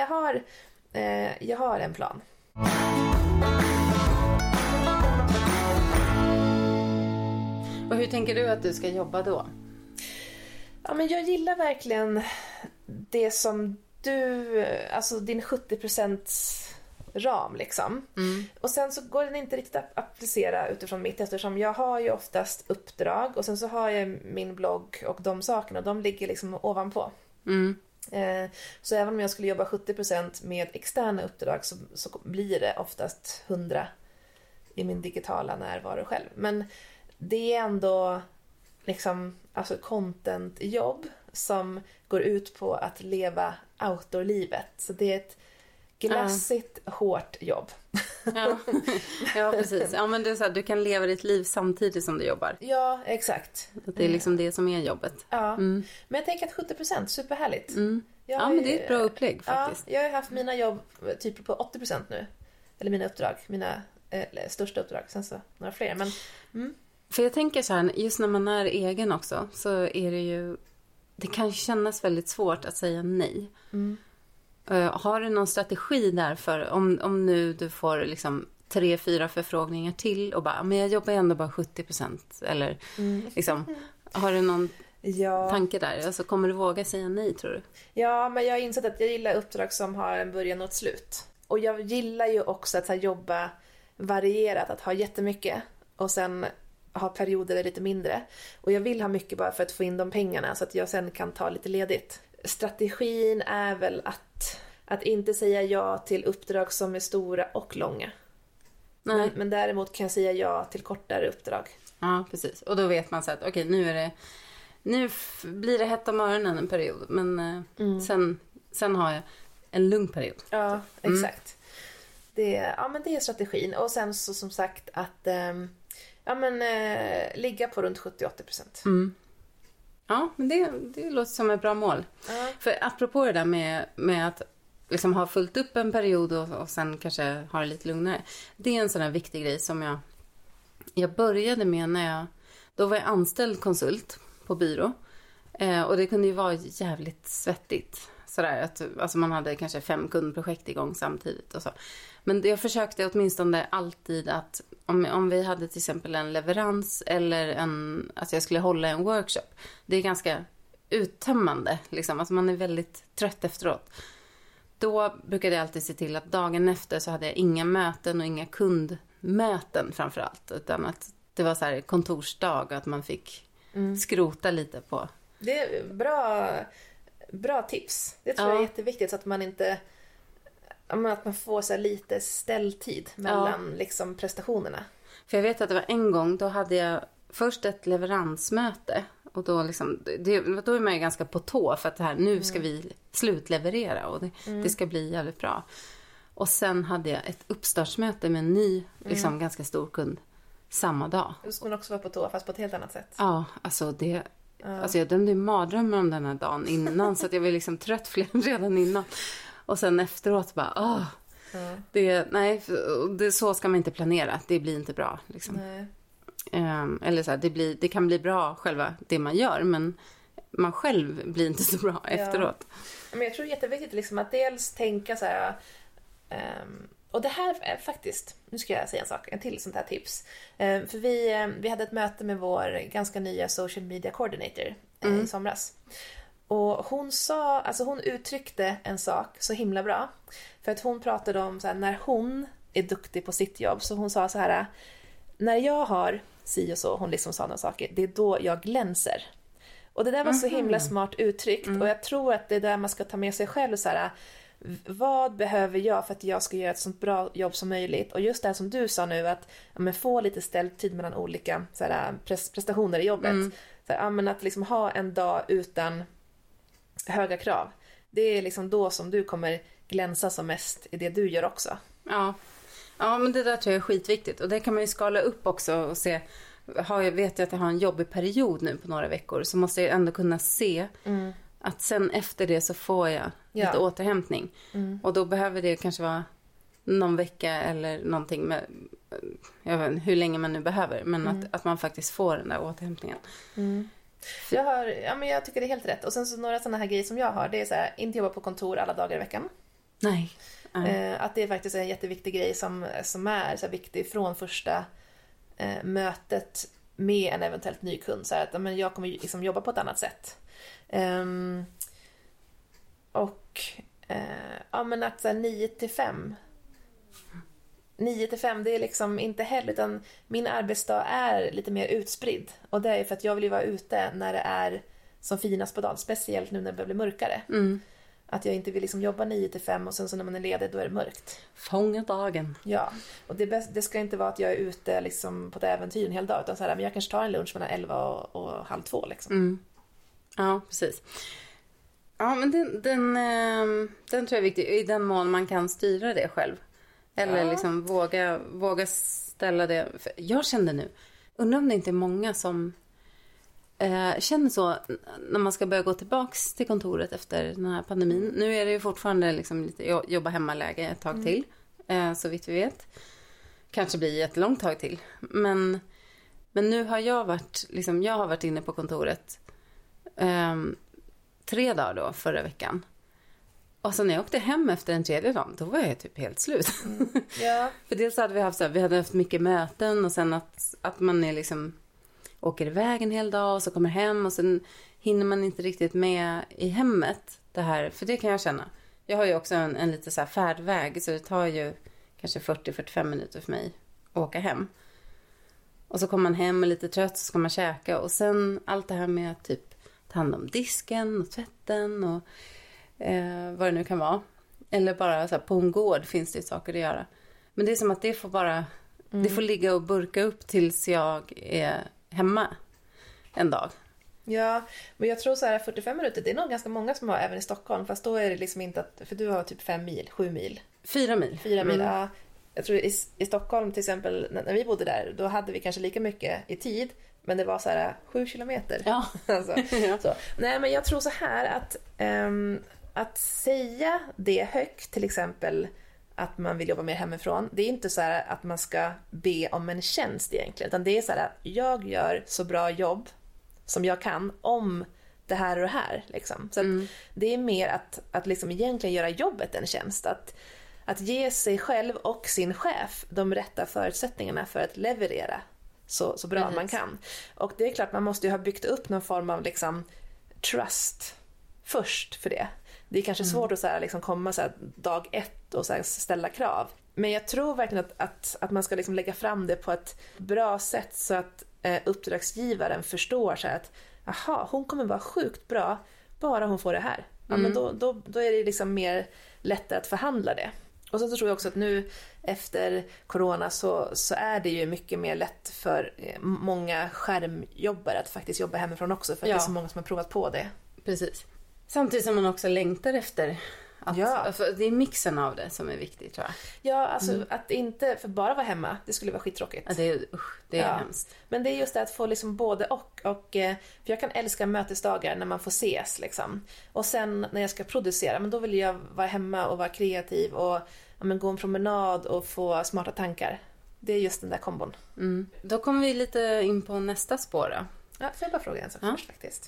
jag har en plan. Och hur tänker du att du ska jobba då? Ja, men jag gillar verkligen det som du, alltså din 70% ram liksom. Och sen så går den inte riktigt att applicera utifrån mitt, eftersom jag har ju oftast uppdrag och sen så har jag min blogg och de sakerna, de ligger liksom ovanpå. Så även om jag skulle jobba 70% med externa uppdrag så blir det oftast 100 i min digitala närvaro själv. Men det är ändå liksom alltså content-jobb som går ut på att leva outdoor-livet. Så det är ett glassigt, hårt jobb. Ja, precis. Ja, men det är så här, du kan leva ditt liv samtidigt som du jobbar. Ja, exakt. Att det är liksom det som är jobbet. Ja, men jag tänker att 70%, superhärligt. Ja, men det är ett bra upplägg faktiskt. Ja, jag har haft mina jobb typ på 80% nu. Eller mina uppdrag, mina största uppdrag. Sen så några fler, men... För jag tänker så här, just när man är egen också så är det ju... Det kan kännas väldigt svårt att säga nej. Har du någon strategi där för om nu du får liksom 3-4 förfrågningar till och bara, men jag jobbar ändå bara 70% eller liksom, har du någon tanke där? Alltså, kommer du våga säga nej, tror du? Ja, men jag har insett att jag gillar uppdrag som har en början och ett slut. Och jag gillar ju också att jobba varierat, att ha jättemycket och sen ha perioder där lite mindre. Och jag vill ha mycket bara för att få in de pengarna så att jag sen kan ta lite ledigt. Strategin är väl att inte säga ja till uppdrag som är stora och långa. Men däremot kan jag säga ja till kortare uppdrag. Ja, precis. Och då vet man så att okej, nu blir det hett om öronen en period. Men sen har jag en lugn period. Ja, exakt. Det är strategin. Och sen så som sagt att ligga på runt 70-80%. Ja, men det låter som ett bra mål. För apropå det där med att liksom har fullt upp en period och sen kanske har det lite lugnare. Det är en sån här viktig grej som jag började med då var jag anställd konsult på byrå. Och det kunde ju vara jävligt svettigt. Sådär att alltså man hade kanske 5 kundprojekt igång samtidigt och så. Men jag försökte åtminstone alltid att om vi hade till exempel en leverans eller att jag skulle hålla en workshop. Det är ganska uttömmande liksom. Alltså man är väldigt trött efteråt. Då brukade jag alltid se till att dagen efter så hade jag inga möten och inga kundmöten framförallt. Utan att det var så här kontorsdag och att man fick skrota lite på. Det är bra tips. Det tror jag är jätteviktigt så att man inte... Att man får så här lite ställtid mellan liksom prestationerna. För jag vet att det var en gång, då hade jag först ett leveransmöte. Och då, liksom, då är man ju ganska på tå för att det här, nu ska vi slutleverera och det ska bli jävligt bra. Och sen hade jag ett uppstartsmöte med en ny, liksom, ganska stor kund samma dag. Då ska man också vara på tå fast på ett helt annat sätt. Ja, alltså alltså jag drömde mardrömmar om den här dagen innan så att jag var liksom trött redan innan. Och sen efteråt bara, så ska man inte planera. Det blir inte bra. Liksom. Eller så här, det kan bli bra själva det man gör. Men man själv blir inte så bra efteråt. Men jag tror det är jätteviktigt liksom, att dels tänka så här... och det här är faktiskt, nu ska jag säga en till sånt här tips. För vi hade ett möte med vår ganska nya social media coordinator i somras. Och hon uttryckte en sak så himla bra. För att hon pratade om så här, när hon är duktig på sitt jobb. Så hon sa så här: när jag har si och så, hon liksom sa några saker, det är då jag glänser. Och det där var så himla smart uttryckt. Och jag tror att det är där man ska ta med sig själv så här: vad behöver jag för att jag ska göra ett sånt bra jobb som möjligt? Och just det här som du sa nu, att få lite ställtid mellan olika så här, prestationer i jobbet. Så här, att liksom ha en dag utan höga krav. Det är liksom då som du kommer glänsa som mest i det du gör också. Ja, men det där tror jag är skitviktigt. Och det kan man ju skala upp också och se. Vet jag att jag har en jobbig period nu på några veckor, så måste jag ändå kunna se att sen efter det så får jag lite återhämtning. Och då behöver det kanske vara någon vecka eller någonting med, jag vet inte hur länge man nu behöver, men att man faktiskt får den där återhämtningen. Jag tycker det är helt rätt. Och sen så några sådana här grejer som jag har, det är så här, inte jobba på kontor alla dagar i veckan. Nej. Att det är faktiskt en jätteviktig grej som är så här viktig från första mötet med en eventuellt ny kund. Så här att jag kommer liksom jobba på ett annat sätt. Att så här, 9-5 det är liksom inte heller, utan min arbetsdag är lite mer utspridd. Och det är för att jag vill ju vara ute när det är som finast på dagen, speciellt nu när det börjar bli mörkare. Att jag inte vill liksom jobba 9-5 och sen så när man är ledig då är det mörkt. Fånga dagen. Ja, och det ska inte vara att jag är ute liksom på ett äventyr en hel dag, utan så här, men jag kanske tar en lunch mellan 11 och halv 2 liksom. Ja, precis. Ja, men den tror jag är viktig i den mån man kan styra det själv. Eller liksom våga ställa det. För jag kände nu, undrar om det inte är många som känner så när man ska börja gå tillbaks till kontoret efter den här pandemin. Nu är det ju fortfarande liksom lite jobba hemmaläge ett tag till, så vitt vi vet. Kanske blir ett långt tag till. Men nu har jag varit inne på kontoret 3 dagar då förra veckan. Och så när jag åkte hem efter den 3:e dagen, då var jag typ helt slut. För dels hade vi hade haft mycket möten och sen att man är liksom åker iväg en hel dag och så kommer hem och sen hinner man inte riktigt med i hemmet det här. För det kan jag känna. Jag har ju också en lite så här färdväg, så det tar ju kanske 40-45 minuter för mig att åka hem. Och så kommer man hem och lite trött, så ska man käka. Och sen allt det här med att typ ta hand om disken och tvätten och vad det nu kan vara. Eller bara så här, på en gård finns det saker att göra. Men det är som att det får bara det får ligga och burka upp tills jag är hemma en dag. Ja, men jag tror så här 45 minuter, det är nog ganska många som har även i Stockholm. Fast då är det liksom inte att, för du har typ 5 mil, 7 mil. 4 mil. 4 mil, ja. Jag tror i Stockholm till exempel, när vi bodde där, då hade vi kanske lika mycket i tid. Men det var så här 7 kilometer. Ja. Alltså, så. Nej, men jag tror så här att att säga det högt, till exempel att man vill jobba mer hemifrån, det är inte så här att man ska be om en tjänst egentligen, utan det är så här att jag gör så bra jobb som jag kan om det här och det här. Liksom. Så att det är mer att liksom egentligen göra jobbet en tjänst. Att ge sig själv och sin chef de rätta förutsättningarna för att leverera så bra man kan. Och det är klart, man måste ju ha byggt upp någon form av liksom trust först för det. Det är kanske svårt att så här, liksom komma så här, dag 1 och så här, ställa krav. Men jag tror verkligen att man ska liksom lägga fram det på ett bra sätt så att uppdragsgivaren förstår så här att aha, hon kommer vara sjukt bra bara hon får det här. Ja, men då är det liksom mer lättare att förhandla det. Och så tror jag också att nu efter corona så är det ju mycket mer lätt för många skärmjobbare att faktiskt jobba hemifrån också, för att det är så många som har provat på det. Precis. Samtidigt som man också längtar efter att, alltså, det är mixen av det som är viktigt, tror jag. Ja, alltså att inte för bara vara hemma, det skulle vara skittråkigt. Ja, det är hemskt. Men det är just det att få liksom både och för jag kan älska mötesdagar när man får ses liksom. Och sen när jag ska producera, men då vill jag vara hemma och vara kreativ och gå en promenad och få smarta tankar. Det är just den där kombon. Då kommer vi lite in på nästa spår då. Ja, får jag bara fråga en sak först faktiskt.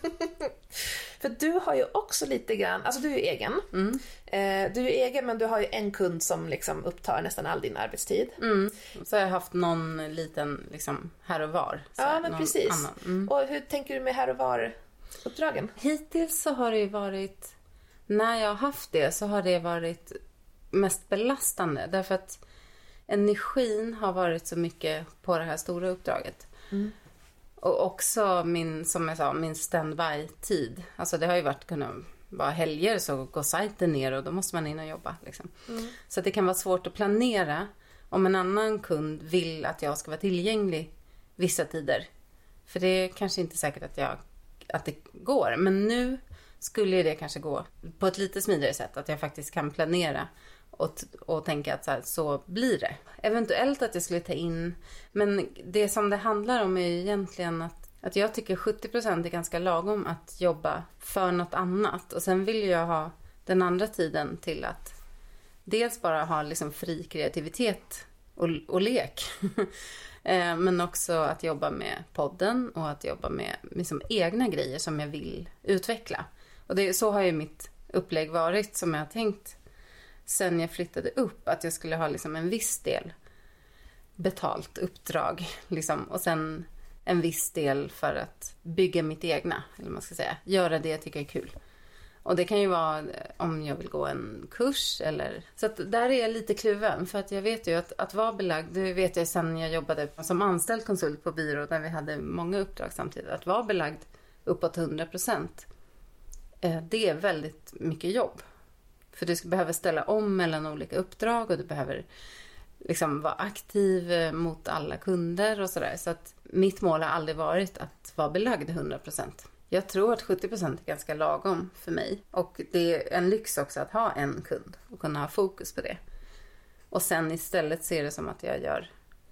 För du har ju också lite grann, alltså du är ju egen. Du är ju egen, men du har ju en kund som liksom upptar nästan all din arbetstid. Så har jag haft någon liten liksom här och var. Så ja, men precis. Och hur tänker du med här och var uppdragen? Hittills så har det ju varit, när jag har haft det så har det varit mest belastande. Därför att energin har varit så mycket på det här stora uppdraget. Och också som jag sa, min standby-tid. Alltså det har ju kunnat vara helger, så går sajten ner och då måste man in och jobba. Liksom. Så det kan vara svårt att planera om en annan kund vill att jag ska vara tillgänglig vissa tider. För det är kanske inte säkert att det går. Men nu skulle det kanske gå på ett lite smidigare sätt. Att jag faktiskt kan planera och tänka att så blir det. Eventuellt att jag skulle ta in, men det som det handlar om är ju egentligen att jag tycker 70% är ganska lagom att jobba för något annat. Och sen vill jag ha den andra tiden till att dels bara ha liksom fri kreativitet och lek. Men också att jobba med podden och att jobba med liksom egna grejer som jag vill utveckla. Och så har ju mitt upplägg varit, som jag har tänkt sen jag flyttade upp, att jag skulle ha liksom en viss del betalt uppdrag liksom, och sen en viss del för att bygga mitt egna, eller man ska säga, göra det jag tycker är kul. Och det kan ju vara om jag vill gå en kurs eller så att där är jag lite kluven, för att jag vet ju att vara belagd, det vet jag sen jag jobbade som anställd konsult på byrå där vi hade många uppdrag samtidigt, att vara belagd uppåt 100%, det är väldigt mycket jobb. För du behöver ställa om mellan olika uppdrag och du behöver liksom vara aktiv mot alla kunder och sådär. Så att mitt mål har aldrig varit att vara belagd 100%. Jag tror att 70% är ganska lagom för mig. Och det är en lyx också att ha en kund och kunna ha fokus på det. Och sen istället ser det som att jag gör...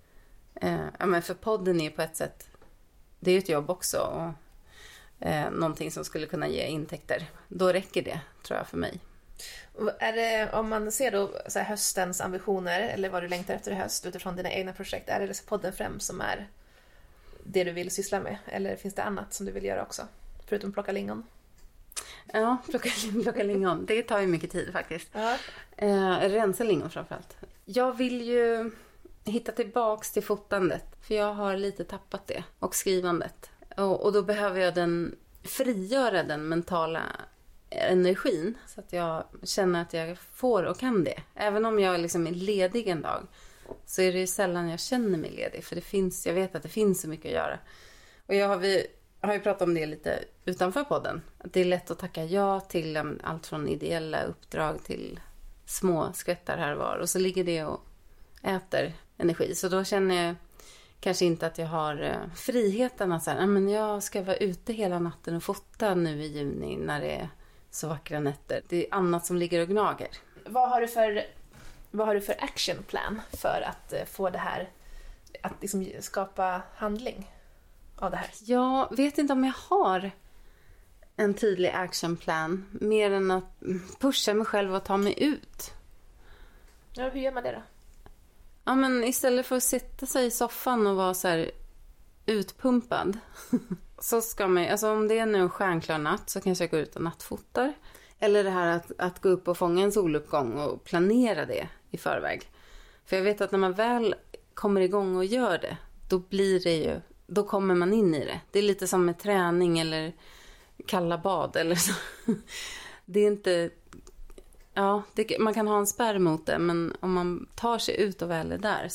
men för podden är på ett sätt... Det är ett jobb också och någonting som skulle kunna ge intäkter. Då räcker det, tror jag, för mig. Är det, om man ser då så här höstens ambitioner eller vad du längtar efter i höst utifrån dina egna projekt, är det podden främst som är det du vill syssla med, eller finns det annat som du vill göra också förutom plocka lingon? Ja, plocka lingon, det tar ju mycket tid faktiskt. Rensa lingon framförallt. Jag vill ju hitta tillbaks till fotandet, för jag har lite tappat det, och skrivandet, och då behöver jag frigöra den mentala energin så att jag känner att jag får och kan det. Även om jag liksom är ledig en dag så är det ju sällan jag känner mig ledig, för jag vet att det finns så mycket att göra. Och vi har ju pratat om det lite utanför podden, att det är lätt att tacka ja till allt från ideella uppdrag till små skvättar här och var, och så ligger det och äter energi. Så då känner jag kanske inte att jag har friheten att säga, men jag ska vara ute hela natten och fota nu i juni när det är så vackra nätter. Det är annat som ligger och gnager. Vad har du för actionplan för att få det här, att liksom skapa handling av det här? Jag vet inte om jag har en tydlig actionplan. Mer än att pusha mig själv och ta mig ut. Ja, hur gör man det då? Ja, men istället för att sitta sig i soffan och vara så här utpumpad. Så ska man, alltså om det är nu en stjärnklar natt så kanske jag går ut och nattfotar. Eller det här att gå upp och fånga en soluppgång och planera det i förväg. För jag vet att när man väl kommer igång och gör det, då blir det ju, då kommer man in i det. Det är lite som med träning eller kalla bad eller så. Det är inte, ja, man kan ha en spärr mot det, men om man tar sig ut och väl är där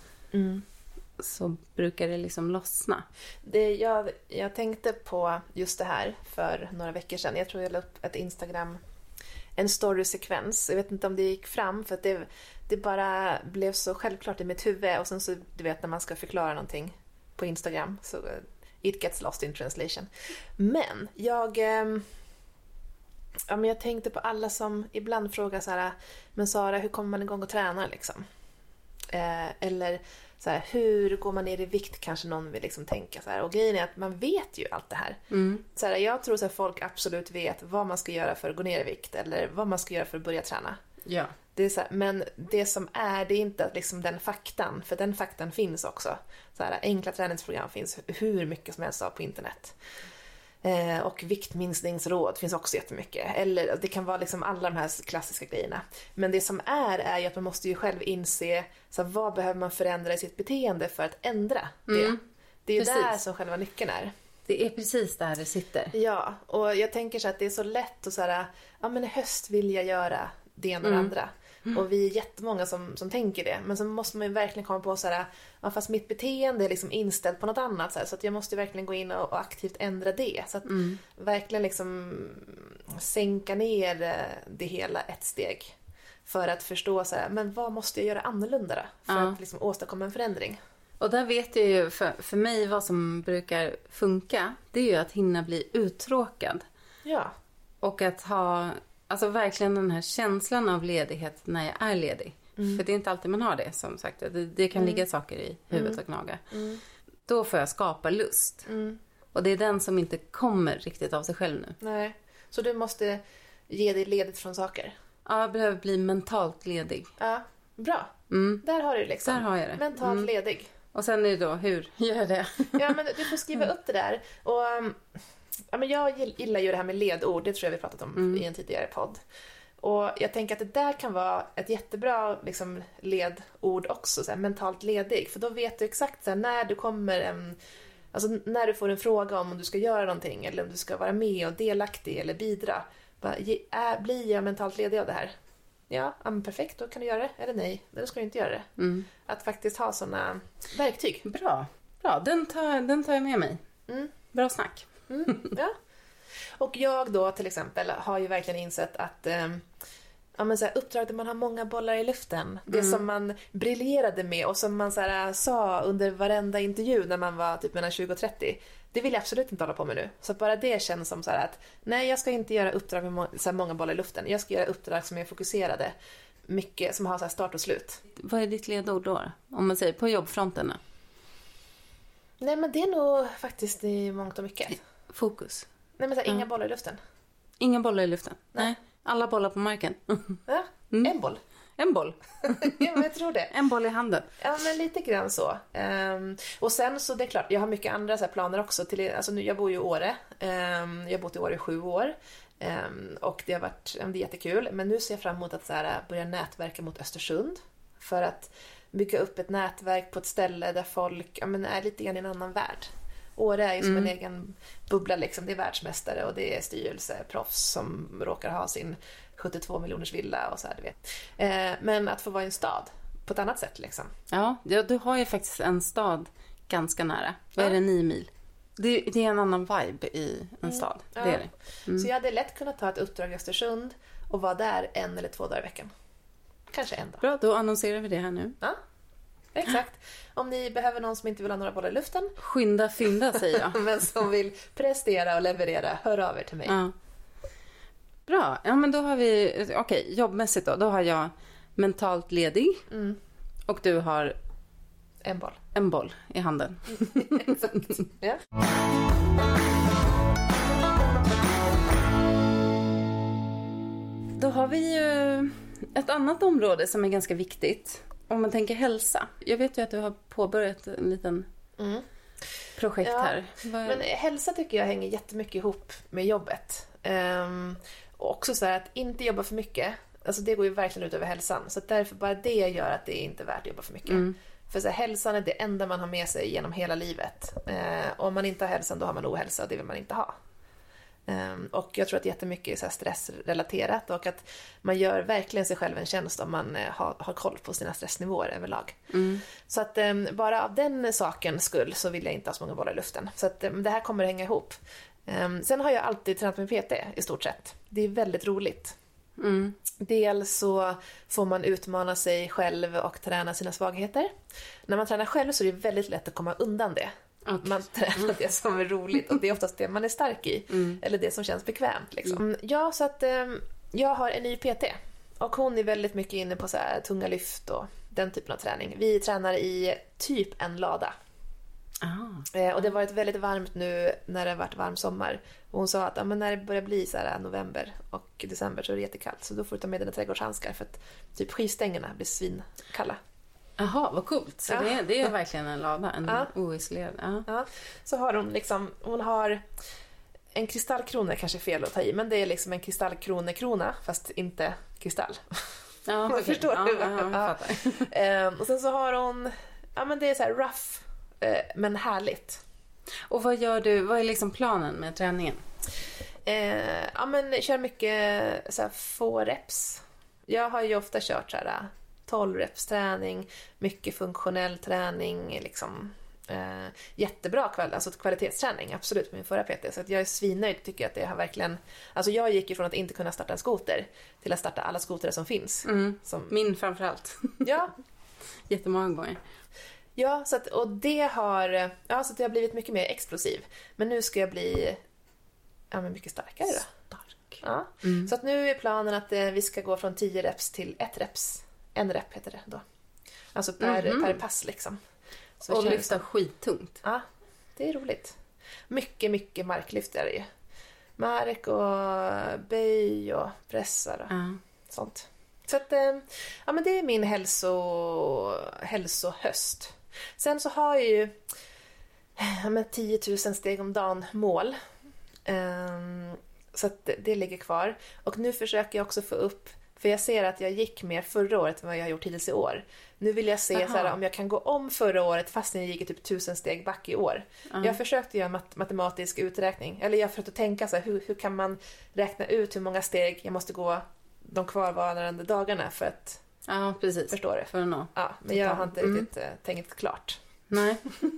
så brukar det liksom lossna. Jag tänkte på just det här för några veckor sedan. Jag tror jag la upp ett Instagram, en storysekvens. Jag vet inte om det gick fram för att det bara blev så självklart i mitt huvud. Och sen så, du vet när man ska förklara någonting på Instagram så it gets lost in translation. Men jag tänkte på alla som ibland frågar så här: men Sara, hur kommer man igång och träna liksom? Eller så här, hur går man ner i vikt, kanske någon vill liksom tänka så här. Och grejen är att man vet ju allt det här. Så här, jag tror att folk absolut vet vad man ska göra för att gå ner i vikt eller vad man ska göra för att börja träna. Ja. Det är så här, men det som är, det är inte liksom den faktan, för den faktan finns också. Så här, enkla träningsprogram finns hur mycket som helst av på internet. Och viktminskningsråd finns också jättemycket. Eller det kan vara liksom alla de här klassiska grejerna. Men det som är ju att man måste ju själv inse så här, vad behöver man förändra i sitt beteende för att ändra det. Det är ju där som själva nyckeln är. Det är precis där det sitter. Ja, och jag tänker så att det är så lätt att så här, ja men i höst vill jag göra det ena och det andra. Och vi är jättemånga som tänker det. Men så måste man ju verkligen komma på så här, ja, fast mitt beteende är liksom inställt på något annat. Så att jag måste verkligen gå in och aktivt ändra det. Så att verkligen liksom sänka ner det hela ett steg. För att förstå så här, men vad måste jag göra annorlunda då? För att liksom åstadkomma en förändring. Och där vet jag ju för mig vad som brukar funka. Det är ju att hinna bli uttråkad. Ja. Och att ha, alltså verkligen den här känslan av ledighet när jag är ledig. För det är inte alltid man har det, som sagt. Det kan ligga saker i huvudet och gnaga. Då får jag skapa lust. Och det är den som inte kommer riktigt av sig själv nu. Nej. Så du måste ge dig ledigt från saker? Ja, jag behöver bli mentalt ledig. Ja, bra. Där har du liksom. Där har jag det. Mentalt ledig. Och sen är det då, hur gör jag det? Ja, men du får skriva upp det där. Och ja, men jag gillar ju det här med ledord. Det tror jag vi pratat om i en tidigare podd. Och jag tänker att det där kan vara ett jättebra liksom, ledord också. Så här, mentalt ledig. För då vet du exakt så här, när du kommer alltså när du får en fråga om du ska göra någonting. Eller om du ska vara med och delaktig eller bidra. Blir jag mentalt ledig av det här? Ja, perfekt, då kan du göra det. Eller nej, då ska du inte göra det. Att faktiskt ha såna verktyg. Bra, den tar jag med mig. Bra snack. Ja. Och jag då till exempel har ju verkligen insett att ja, men så här, uppdrag där man har många bollar i luften. Det som man briljerade med och som man så här, sa under varenda intervju när man var typ mellan 20 och 30. Det vill jag absolut inte hålla på med nu. Så bara det känns som så här att nej, jag ska inte göra uppdrag med så här många bollar i luften. Jag ska göra uppdrag som är fokuserade. Mycket som har så här start och slut. Vad är ditt ledord då? Om man säger på jobbfronten? Nej, men det är nog faktiskt i mångt och mycket. Fokus. Nej, men så här, inga bollar i luften. Inga bollar i luften? Nej. Alla bollar på marken. Ja, en boll. En boll. Ja, men jag tror det. En boll i handen. Ja, men lite grann så. Och sen så det är klart, jag har mycket andra så här planer också. Alltså nu, jag bor ju i Åre. Jag har bott i Åre i 7 år. Och det har varit jättekul. Men nu ser jag fram emot att så här, börja nätverka mot Östersund. För att bygga upp ett nätverk på ett ställe där folk är lite grann i en annan värld. Åre är ju som en egen bubbla liksom. Det är världsmästare och det är styrelseproffs som råkar ha sin 72 miljoners villa och så här, du vet. Men att få vara i en stad på ett annat sätt liksom. Ja, du har ju faktiskt en stad ganska nära. Vad är det, 9 mil? Det är en annan vibe i en stad. Det är det. Så jag hade lätt kunnat ta ett uppdrag i Östersund och vara där 1 eller 2 dagar i veckan. Kanske 1 dag. Bra, då annonserar vi det här nu. Ja, exakt. Om ni behöver någon som inte vill ha några bollar i luften. Skynda fynda, säger jag. Men som vill prestera och leverera, hör av er till mig. Ja. Bra, ja men då har vi, okej, jobbmässigt då har jag mentalt ledig. Och du har en boll i handen. Exakt. Ja. Då har vi ju ett annat område som är ganska viktigt. Om man tänker hälsa. Jag vet ju att du har påbörjat en liten projekt här. Men hälsa tycker jag hänger jättemycket ihop med jobbet. Och också så här att inte jobba för mycket. Alltså det går ju verkligen ut över hälsan. Så därför bara det gör att det är inte värt att jobba för mycket. För så här, hälsan är det enda man har med sig genom hela livet. Om man inte har hälsan, då har man ohälsa och det vill man inte ha. Och jag tror att jättemycket är så här stressrelaterat och att man gör verkligen sig själv en tjänst om man har koll på sina stressnivåer överlag. Så att bara av den saken skull så vill jag inte ha så många bollar i luften. Så att det här kommer hänga ihop. Sen har jag alltid tränat med PT i stort sett. Det är väldigt roligt. Dels så får man utmana sig själv och träna sina svagheter. När man tränar själv så är det väldigt lätt att komma undan det. Okay. Man tränar det som är roligt och det är oftast det man är stark i. Eller det som känns bekvämt liksom. Ja, så att jag har en ny PT och hon är väldigt mycket inne på så här tunga lyft och den typen av träning. Vi tränar i typ en lada. Och det har varit väldigt varmt nu när det har varit varm sommar. Och hon sa att men när det börjar bli så här november och december så är det jättekallt. Så då får du ta med dina trädgårdshandskar för att typ skivstängerna blir svinkalla. Jaha, vad coolt. Så det är verkligen en lada, en oisolerad. Ja. Så har hon liksom, hon har en kristallkrona, kanske fel att ta i, men det är liksom en kristallkronekrona fast inte kristall. Ja, okay. Förstår du? Ja, jag och sen så har hon, men det är så här rough men härligt. Och vad gör du, vad är liksom planen med träningen? Men kör mycket så här få reps. Jag har ju ofta kört så här 12 reps träning, mycket funktionell träning liksom. Jättebra kvalitetsträning, absolut, med min förra PT. Så att jag är svinnöjd, tycker att det har verkligen... Alltså jag gick ifrån att inte kunna starta en skoter till att starta alla skotrar som finns. Min framförallt. Ja. Jättemånga gånger. Ja, så att, och det har... Ja, så att jag har blivit mycket mer explosiv. Men nu ska jag bli mycket starkare då. Stark. Ja. Så att nu är planen att vi ska gå från 10 reps till 1 reps. 1 rep heter det då. Alltså per pass liksom. Så och lyfta skittungt. Ja, det är roligt. Mycket marklyft är det ju. Mark och böj och pressar och sånt. Så att, men det är min hälsohöst. Sen så har jag ju 10 000 steg om dagen mål. Så att det ligger kvar. Och nu försöker jag också få upp, för jag ser att jag gick mer förra året än vad jag har gjort hittills i år. Nu vill jag se så här, om jag kan gå om förra året fast jag gick typ 1000 steg back i år. Jag försökte göra en matematisk uträkning. Eller jag försökte tänka så här, hur kan man räkna ut hur många steg jag måste gå de kvarvarande dagarna för att förstå det. För att nå. Ja, men jag har inte riktigt tänkt klart. Nej.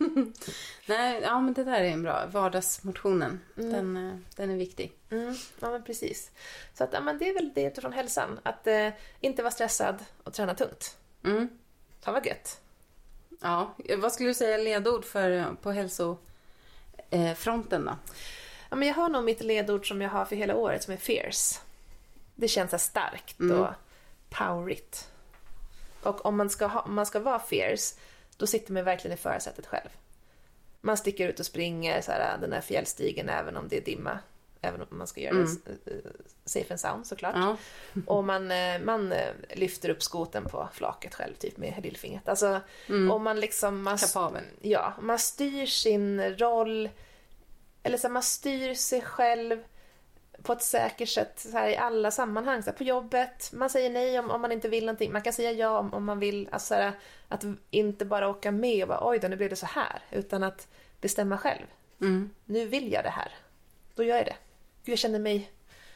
Nej, men det där är en bra vardagsmotionen. Den är viktig. Ja, men precis. Så att men det är väl det utifrån hälsan, att inte vara stressad och träna tungt. Fan vad gött. Ja, vad skulle du säga ledord på hälsofronten då? Ja, men jag har nog mitt ledord som jag har för hela året som är fierce. Det känns så starkt och powerigt. Och om man ska vara fierce, då sitter man verkligen i förarsätet själv. Man sticker ut och springer så här, den här fjällstigen även om det är dimma. Även om man ska göra det safe and sound såklart. Ja. Och man lyfter upp skoten på flaket själv typ med lillfingret. Alltså, och man liksom... man styr sin roll. Eller så här, man styr sig själv på ett säkert sätt så här, i alla sammanhang. Så här, på jobbet, man säger nej om man inte vill någonting. Man kan säga ja om man vill. Alltså, så här, att inte bara åka med och bara, oj då, nu blev det så här. Utan att bestämma själv. Nu vill jag det här. Då gör jag det. Gud, jag känner mig...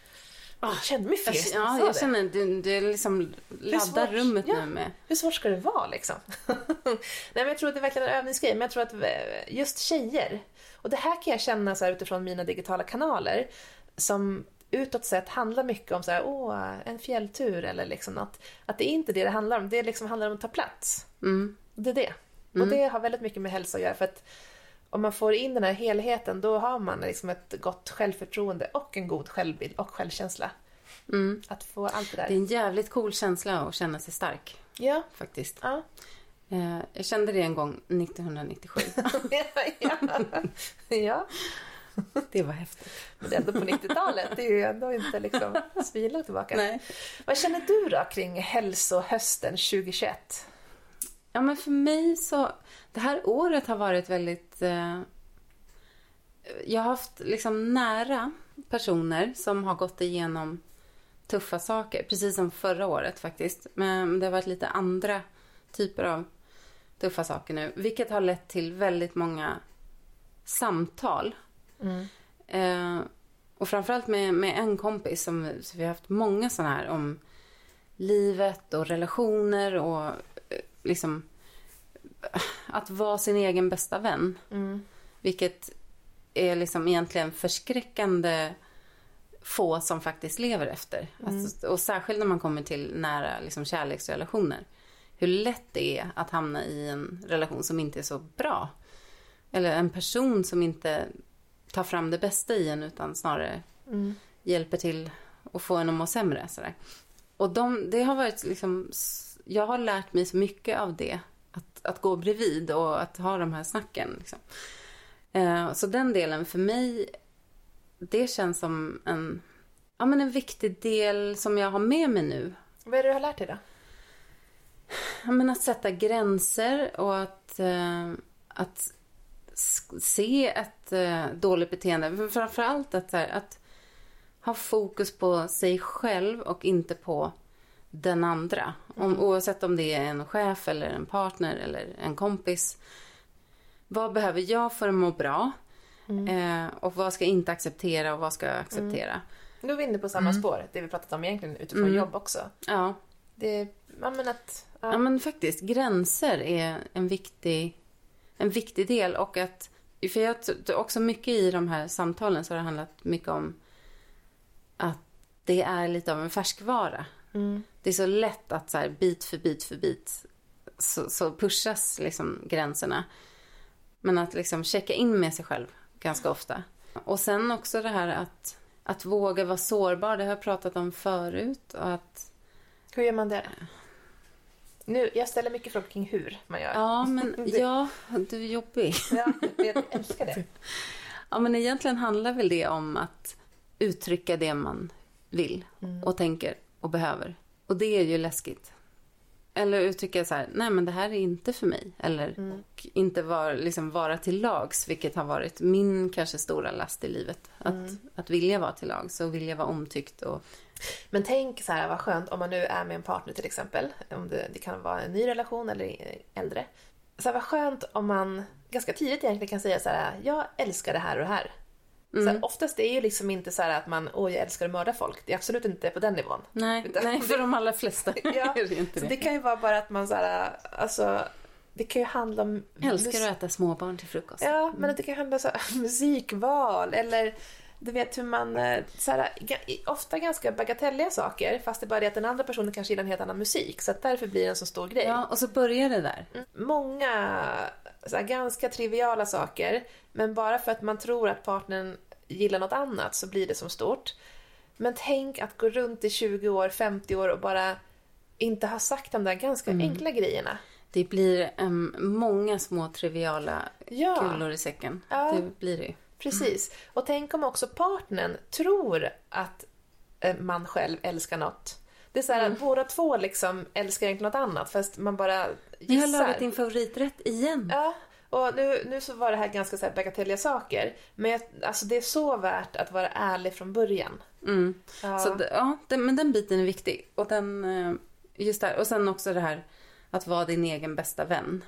Jag känner mig fel. Ja, jag känner du liksom laddar rummet nu med... Hur svårt ska det vara liksom? Nej, men jag tror att det är verkligen en övningsgrej. Men jag tror att just tjejer... Och det här kan jag känna så här, utifrån mina digitala kanaler. Som utåt sett handlar mycket om så här, en fjälltur eller liksom något. Att det är inte det handlar om. Det liksom handlar om att ta plats. Det är det. Och det har väldigt mycket med hälsa att göra. För att om man får in den här helheten, då har man liksom ett gott självförtroende och en god självbild och självkänsla. Att få allt det där. Det är en jävligt cool känsla att känna sig stark. Ja. Faktiskt. Ja. Jag kände det en gång 1997. Ja. Det var häftigt. Men det är ändå på 90-talet. Det är ju ändå inte liksom svinlångt tillbaka. Nej. Vad känner du då kring hälsohösten 2021? Ja, men för mig så... Det här året har varit väldigt... jag har haft liksom nära personer som har gått igenom tuffa saker. Precis som förra året faktiskt. Men det har varit lite andra typer av tuffa saker nu. Vilket har lett till väldigt många samtal. Och framförallt med en kompis så vi har haft många sådana här om livet och relationer och liksom att vara sin egen bästa vän. Vilket är liksom egentligen förskräckande få som faktiskt lever efter. Alltså, och särskilt när man kommer till nära liksom kärleksrelationer. Hur lätt det är att hamna i en relation som inte är så bra. Eller en person som inte tar fram det bästa i en utan snarare hjälper till att få en att må sämre. Sådär. Och det har varit liksom... Jag har lärt mig så mycket av det. Att gå bredvid och att ha de här snacken. Liksom. Så den delen för mig, det känns som en viktig del som jag har med mig nu. Vad är det du har lärt dig då? Ja, men att sätta gränser och att se ett dåligt beteende. Men framförallt att ha fokus på sig själv och inte på den andra. Oavsett om det är en chef eller en partner eller en kompis. Vad behöver jag för att må bra? Och vad ska jag inte acceptera och vad ska jag acceptera? Nu är vi inne på samma spår. Det vi pratat om egentligen utifrån jobb också. Ja. Ja, men faktiskt, gränser är en viktig del. Och för jag också mycket i de här samtalen så har det handlat mycket om att det är lite av en färskvara. Det är så lätt att så här, bit för bit så pushas liksom gränserna. Men att liksom checka in med sig själv ganska ofta. Och sen också det här att våga vara sårbar. Det har jag pratat om förut. Och hur gör man det? Nu, jag ställer mycket frågor kring hur man gör. Ja, men du är jobbig. Ja, jag älskar det. Ja, men egentligen handlar väl det om att uttrycka det man vill och tänker och behöver. Och det är ju läskigt. Eller uttrycka så här, nej men det här är inte för mig. Eller och inte vara till lags, vilket har varit min kanske stora last i livet. Att vilja vara till lags och vilja vara omtyckt. Men tänk så här, vad skönt om man nu är med en partner till exempel. Om det kan vara en ny relation eller äldre. Så här, vad skönt om man ganska tidigt egentligen kan säga så här, jag älskar det här och det här. Så här, oftast är det ju liksom inte så här att jag älskar att mörda folk. Det är absolut inte på den nivån. Nej, för de allra flesta ja, är det inte så det. det kan ju vara bara att man så här, alltså, det kan ju handla om... Älskar att äta småbarn till frukost. Ja, men det kan handla om så här, musikval eller du vet hur man så här, ofta ganska bagatelliga saker, fast det är bara det att den andra personen kanske gillar en helt annan musik, så att därför blir det en så stor grej. Ja, och så börjar det där. Många så här, ganska triviala saker, men bara för att man tror att partnern gillar något annat så blir det som stort. Men tänk att gå runt i 20 år, 50 år och bara inte ha sagt de där ganska enkla grejerna. Det blir många små triviala kulor i säcken. Ja. Det blir det. Precis. Och tänk om också partnern tror att man själv älskar något. Det är så här att båda två liksom älskar egentligen något annat, fast man bara gissar. Jag har lagat din favoriträtt igen. Ja, och nu så var det här ganska så här bagatelliga saker. Men alltså det är så värt att vara ärlig från början. Ja. Så men den biten är viktig. Och just där. Och sen också det här att vara din egen bästa vän.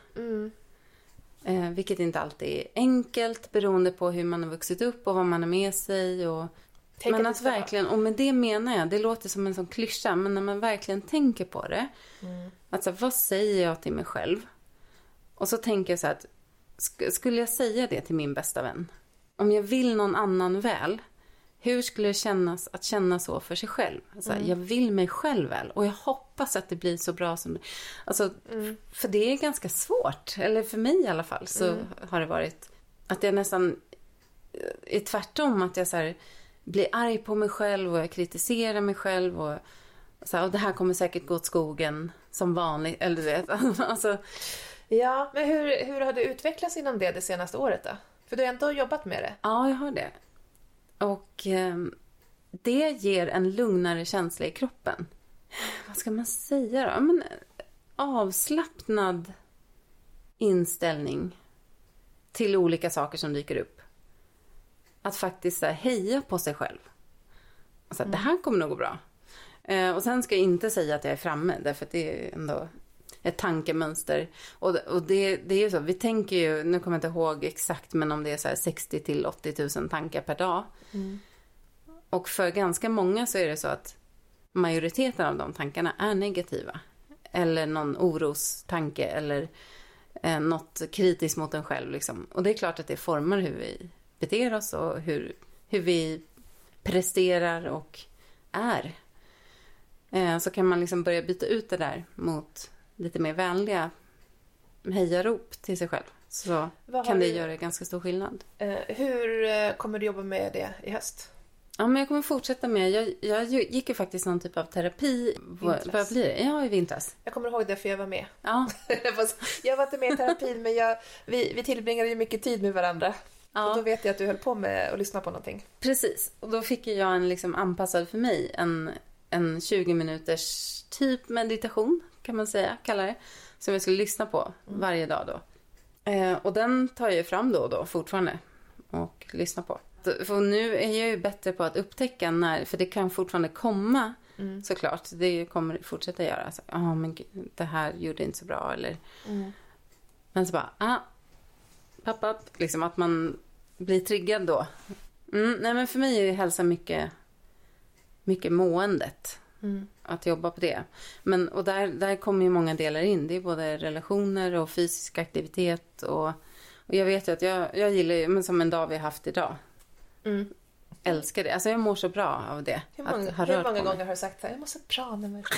Vilket inte alltid är enkelt beroende på hur man har vuxit upp och vad man har med sig. Men att verkligen, och med det menar jag, det låter som en sån klyscha, men när man verkligen tänker på det. Alltså, vad säger jag till mig själv? Och så tänker jag så här att skulle jag säga det till min bästa vän? Om jag vill någon annan väl, hur skulle det kännas att känna så för sig själv? Alltså, jag vill mig själv väl och jag hoppas att det blir så bra som det. Alltså, för det är ganska svårt. Eller för mig i alla fall så har det varit att jag nästan är tvärtom. Att jag så här, blir arg på mig själv och jag kritiserar mig själv. Och det här kommer säkert gå åt skogen som vanligt. Eller du vet. Alltså, ja, men hur har det utvecklats inom det senaste året då? För du har ändå jobbat med det. Ja, jag har det. Och det ger en lugnare känsla i kroppen. Vad ska man säga då? Men, avslappnad inställning till olika saker som dyker upp. Att faktiskt så här, heja på sig själv. Alltså, det här kommer nog gå bra. Och sen ska jag inte säga att jag är framme, därför att det är ändå ett tankemönster. Och det är ju så, vi tänker ju, nu kommer jag inte ihåg exakt, men om det är så här 60 till 80 000 tankar per dag. Och för ganska många så är det så att majoriteten av de tankarna är negativa. Eller någon orostanke eller något kritiskt mot en själv. Liksom. Och det är klart att det formar hur vi beter oss och hur vi presterar och är. Så kan man liksom börja byta ut det där mot lite mer vänliga hejarop till sig själv. Så kan det göra ganska stor skillnad. Hur kommer du jobba med det i höst? Ja, men jag kommer fortsätta med... Jag gick ju faktiskt någon typ av terapi. Vad blir det? Ja, i vintras. Jag kommer ihåg det för jag var med. Ja. Jag var inte med i terapin, men vi tillbringade ju mycket tid med varandra. Ja. Och då vet jag att du höll på med att lyssna på någonting. Precis. Och då fick jag en liksom anpassad för mig. En 20 minuters typ meditation, kan man säga. Kallar det. Som jag skulle lyssna på varje dag då. Och den tar jag fram då och då fortfarande. Och lyssna på. För nu är jag ju bättre på att upptäcka när, för det kan fortfarande komma såklart, det kommer fortsätta göra alltså, men det här gjorde inte så bra eller men så bara, pappa, liksom att man blir triggad då. Nej, men för mig är hälsa mycket måendet att jobba på det, men och där kommer ju många delar in, det är både relationer och fysisk aktivitet och jag vet ju att jag gillar ju, men som en dag vi har haft idag. Älskar det. Alltså jag mår så bra av det. Hur många gånger har du sagt att jag mår så bra när man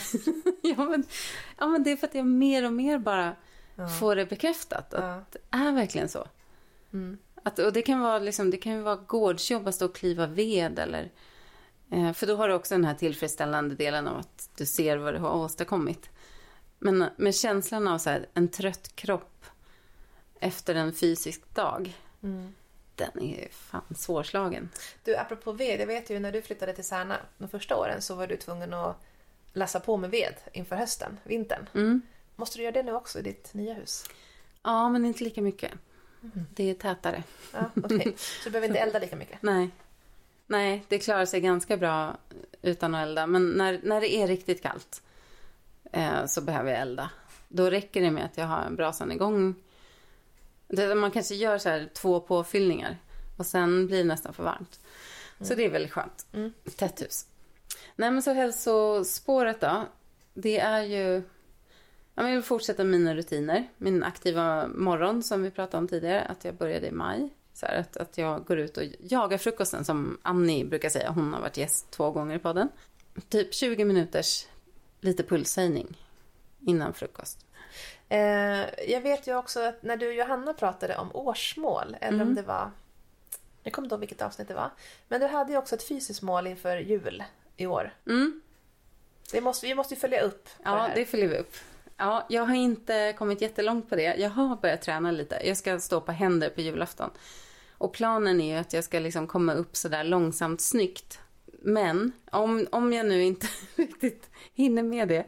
ja, men det är för att jag mer och mer bara får det bekräftat. Att det är verkligen så. Och det kan vara liksom, det kan ju vara gårdsjobb att stå och kliva ved eller... för då har du också den här tillfredsställande delen av att du ser vad du har åstadkommit. Men med känslan av så här, en trött kropp efter en fysisk dag... Den är fan svårslagen. Du, apropå ved, jag vet ju när du flyttade till Särna de första åren så var du tvungen att lassa på med ved inför hösten, vintern. Måste du göra det nu också i ditt nya hus? Ja, men inte lika mycket. Det är tätare. Ja, okay. Så du behöver inte elda lika mycket? Nej, det klarar sig ganska bra utan att elda. Men när det är riktigt kallt så behöver jag elda. Då räcker det med att jag har en brasan igång. Man kanske gör så här 2 påfyllningar och sen blir det nästan för varmt. Så det är väldigt skönt. Tätt hus. Nej, men så hälsospåret då. Det är ju... Jag vill fortsätta mina rutiner. Min aktiva morgon som vi pratade om tidigare. Att jag började i maj. Så här, att jag går ut och jagar frukosten som Annie brukar säga. Hon har varit gäst 2 gånger i podden. Typ 20 minuters lite pulshöjning innan frukost. Jag vet ju också att när du och Johanna pratade om årsmål, eller om det var, jag kommer inte ihåg vilket avsnitt det var, men du hade ju också ett fysiskt mål inför jul i år. Vi måste ju följa upp. Ja, det följer vi upp. Ja, jag har inte kommit jättelångt på det. Jag har börjat träna lite. Jag ska stå på händer på julafton. Och planen är ju att jag ska liksom komma upp så där långsamt snyggt. Men om jag nu inte riktigt hinner med det,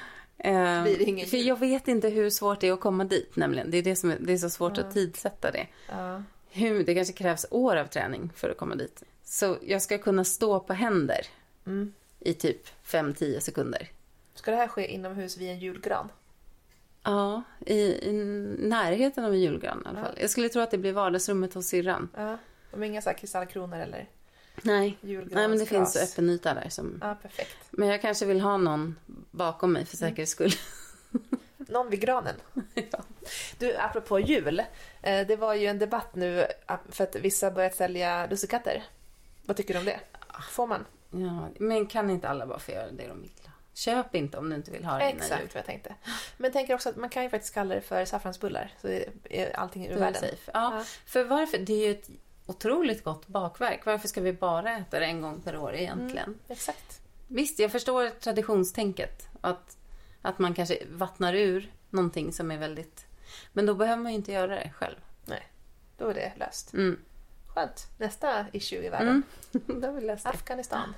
för jag vet inte hur svårt det är att komma dit nämligen. Det är så svårt att tidsätta det. Det kanske krävs år av träning för att komma dit. Så jag ska kunna stå på händer i typ 5-10 sekunder. Ska det här ske inomhus vid en julgran? Ja, i närheten av en julgran i alla fall. Jag skulle tro att det blir vardagsrummet hos syrran. Ja, de har inga så här kristallkronor eller? Nej, men det finns öppen yta där. Ja, perfekt. Men jag kanske vill ha någon bakom mig för säkerhets skull. Någon vid granen. Ja. Du, apropå jul. Det var ju en debatt nu för att vissa börjat sälja lussekatter. Vad tycker du om det? Får man? Ja, men kan inte alla bara få göra det de vill? Köp inte om du inte vill ha det innan jul. Exakt vad jag tänkte. Men tänker också att man kan ju faktiskt kalla det för saffransbullar. Så är allting ur världen. Safe. Ja, för varför? Det är ju ett otroligt gott bakverk. Varför ska vi bara äta det en gång per år egentligen? Exakt. Visst, jag förstår traditionstänket. Att man kanske vattnar ur någonting som är väldigt... Men då behöver man ju inte göra det själv. Nej. Då är det löst. Mm. Skönt. Nästa issue i världen. Då har vi löst det. Afghanistan.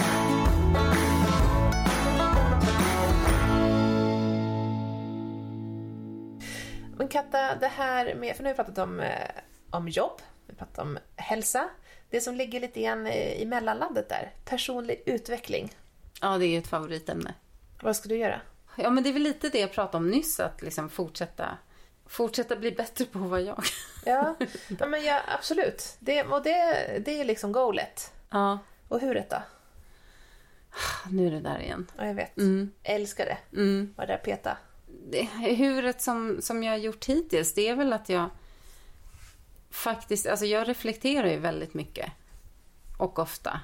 Men Katta, det här med, för nu har vi pratat om jobb, vi har pratat om hälsa. Det som ligger lite grann i mellanlandet där, personlig utveckling. Ja, det är ju ett favoritämne. Vad ska du göra? Ja, men det är väl lite det jag pratade om nyss, att liksom fortsätta bli bättre på att vara jag. Ja, men ja, absolut. Det är liksom goalet. Ja. Och huret då? Nu är det där igen. Ja, jag vet. Älskar det. Var där peta. Huret som jag har gjort hittills, det är väl att jag faktiskt, alltså jag reflekterar ju väldigt mycket och ofta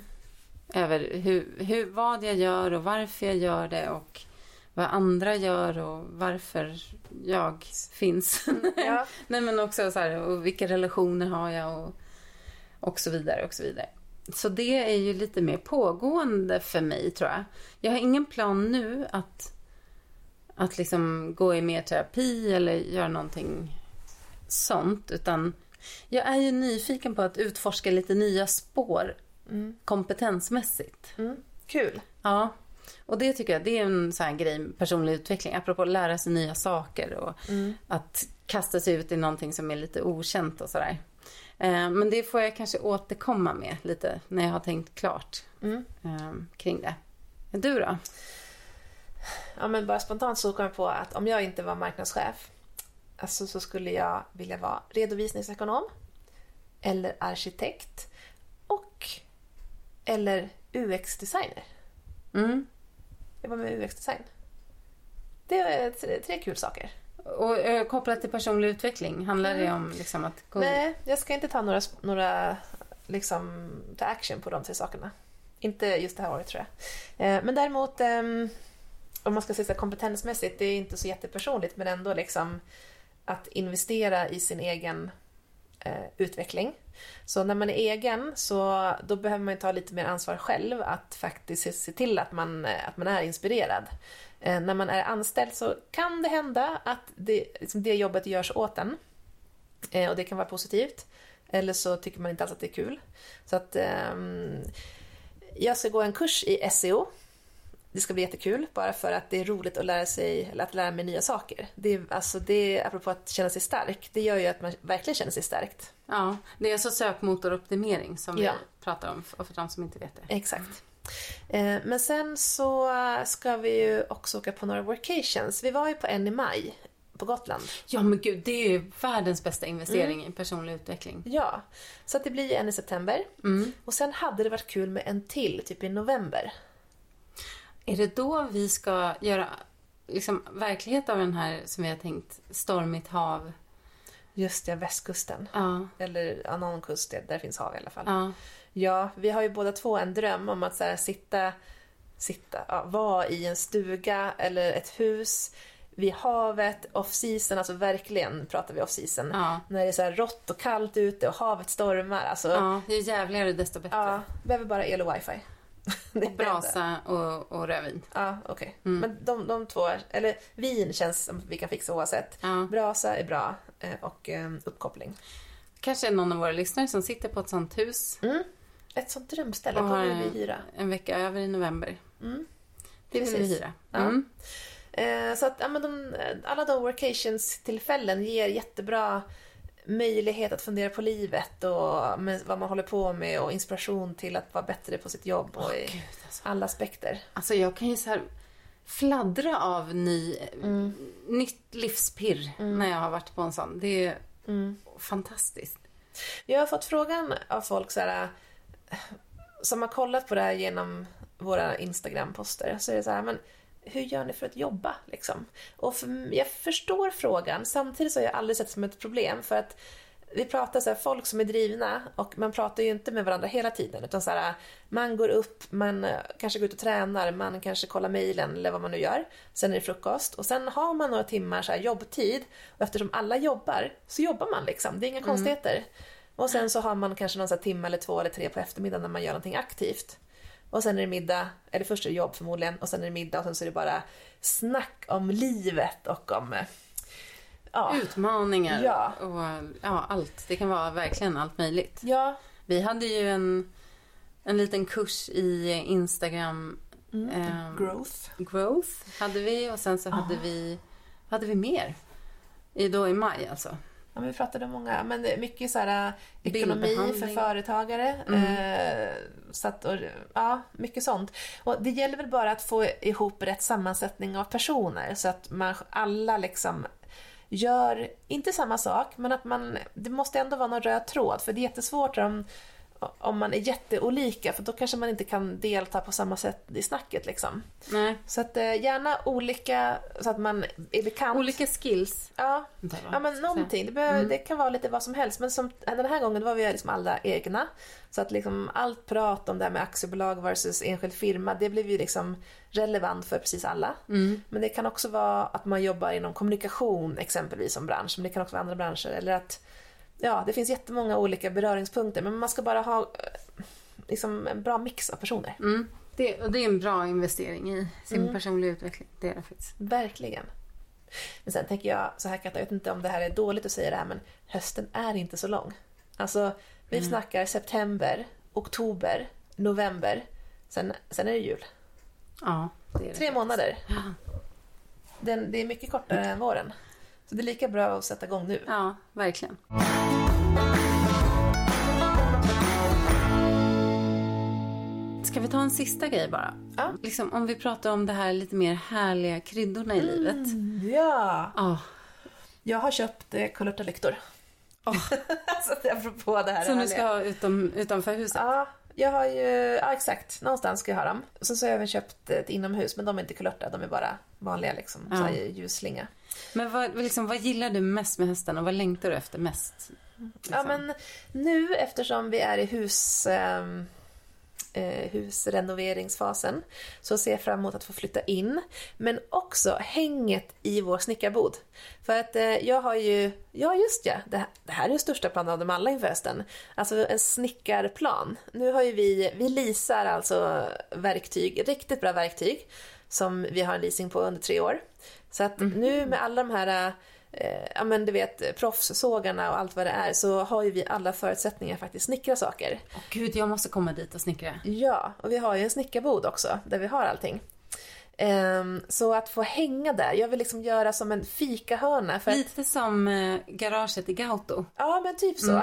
över vad jag gör och varför jag gör det och vad andra gör och varför jag finns. Ja. Nej, men också så här, och vilka relationer har jag och så vidare och så vidare. Så det är ju lite mer pågående för mig, tror jag. Jag har ingen plan nu att liksom gå i mer terapi eller göra någonting sånt, utan jag är ju nyfiken på att utforska lite nya spår kompetensmässigt. Kul. Ja, och det tycker jag, det är en sån här grej, personlig utveckling, apropå att lära sig nya saker och att kasta sig ut i någonting som är lite okänt och sådär. Men det får jag kanske återkomma med lite när jag har tänkt klart kring det. Du då? Ja, men bara spontant så kom jag på att om jag inte var marknadschef, alltså, så skulle jag vilja vara redovisningsekonom eller arkitekt eller UX-designer. Jag var med UX-design. Det är 3 kul saker. Och kopplat till personlig utveckling, handlar det om liksom att gå... Nej, jag ska inte ta några liksom, ta action på de 3 sakerna. Inte just det här året, tror jag. Men däremot, om man ska säga kompetensmässigt, det är inte så jättepersonligt, men ändå liksom att investera i sin egen utveckling. Så när man är egen, så då behöver man ta lite mer ansvar själv att faktiskt se till att man är inspirerad. När man är anställd så kan det hända att det jobbet görs åt en. Och det kan vara positivt. Eller så tycker man inte alls att det är kul. Så att jag ska gå en kurs i SEO. Det ska bli jättekul, bara för att det är roligt att lära mig nya saker. Det apropå att känna sig stark, det gör ju att man verkligen känner sig starkt. Ja, det är alltså sökmotoroptimering som vi pratar om, för de som inte vet det. Exakt. Men sen så ska vi ju också åka på några workations. Vi var ju på en i maj på Gotland. Ja, men gud, det är ju världens bästa investering i personlig utveckling. Ja, så att det blir en i september. Och sen hade det varit kul med en till, typ i november. Är det då vi ska göra liksom verklighet av den här, som vi har tänkt, stormigt hav? Just det, västkusten. Ja. Eller någon kust där finns hav i alla fall. Ja. Ja, vi har ju båda två en dröm om att så här, vara i en stuga eller ett hus vid havet, off-season, alltså verkligen pratar vi off-season. Ja. När det är så här rått och kallt ute och havet stormar. Alltså, Ja, ju jävligare desto bättre. ja, behöver bara el och wifi. Och brasa och rödvin. Ja, okej. Men de 2, eller vin känns som vi kan fixa oavsett. Ja. Brasa är bra och uppkoppling. Kanske någon av våra lyssnare som sitter på ett sånt hus. Ett sånt drömställe Och kommer har vi hyra. en vecka över i november. Det vill vi Precis. hyra. Ja. Så att alla de workations-tillfällen ger jättebra möjlighet att fundera på livet och med vad man håller på med och inspiration till att vara bättre på sitt jobb och i alla aspekter. Alltså jag kan ju så här fladdra av nytt livspirr när jag har varit på en sån. Det är fantastiskt. Jag har fått frågan av folk så här, som har kollat på det här genom våra Instagram-poster, så är det så här, men hur gör ni för att jobba liksom? Och jag förstår frågan, samtidigt så har jag aldrig sett det som ett problem, för att vi pratar så här, folk som är drivna, och man pratar ju inte med varandra hela tiden, utan så här, man går upp, man kanske går ut och tränar, man kanske kollar mejlen eller vad man nu gör, sen är det frukost och sen har man några timmar så här jobbtid, och eftersom alla jobbar så jobbar man liksom, det är inga konstigheter. Och sen så har man kanske någon så här timme eller 2 eller 3 på eftermiddagen när man gör någonting aktivt. Och sen är det middag, eller först är det jobb förmodligen, och sen är det middag och sen så är det bara snack om livet och om utmaningar och allt. Det kan vara verkligen allt möjligt. Ja. Vi hade ju en liten kurs i Instagram. Growth hade vi, och sen så hade vi mer. Då i maj alltså. Ja, men vi pratade om många, men det är mycket så här ekonomi för företagare. Mycket sånt. Och det gäller väl bara att få ihop rätt sammansättning av personer så att man alla liksom gör inte samma sak, men att det måste ändå vara någon röd tråd, för det är jättesvårt om man är jätteolika, för då kanske man inte kan delta på samma sätt i snacket liksom. Nej. Så att gärna olika, så att man är bekant. Olika skills. Ja, men någonting. Det kan vara lite vad som helst, men som den här gången var vi liksom alla egna. Så att liksom allt prat om det här med aktiebolag versus enskild firma, det blev ju liksom relevant för precis alla. Men det kan också vara att man jobbar inom kommunikation exempelvis som bransch, men det kan också vara andra branscher, eller att det finns jättemånga olika beröringspunkter, men man ska bara ha liksom en bra mix av personer. Det är en bra investering i sin personliga utveckling. Det är det faktiskt. Verkligen. Men sen tänker jag så här, Katta, jag vet inte om det här är dåligt att säga det här, men hösten är inte så lång. Alltså, vi snackar september, oktober, november, sen är det jul. Ja, det är det. 3 månader. Det är mycket kortare än våren. Så det är lika bra att sätta igång nu. Ja, verkligen. Ska vi ta en sista grej bara? Ja. Liksom, om vi pratar om det här lite mer härliga kryddorna i livet. Ja. Jag har köpt kulörta-lyktor. Så apropå det här. Som du ska ha utanför huset? Ja, jag har ju... Ja, exakt. Någonstans ska jag ha dem. Så har jag även köpt ett inomhus, men de är inte kulörta. De är bara vanliga liksom. Så här ljusslinga. Men vad gillar du mest med hösten och vad längtar du efter mest? Liksom? Ja, men nu eftersom vi är i husrenoveringsfasen så ser jag fram emot att få flytta in, men också hänget i vår snickarbod. För att jag har ju, det här är den största planen av dem alla inför hösten. Alltså en snickarplan. Nu har ju vi leasar alltså verktyg, riktigt bra verktyg som vi har en leasing på under 3 år. Så att nu med alla de här du vet, proffssågarna och allt vad det är, så har ju vi alla förutsättningar faktiskt snickra saker. Gud, jag måste komma dit och snickra. Ja, och vi har ju en snickarbod också där vi har allting. Så att få hänga där, jag vill liksom göra som en fikahörna. Lite som garaget i Gauto. Ja, men typ så.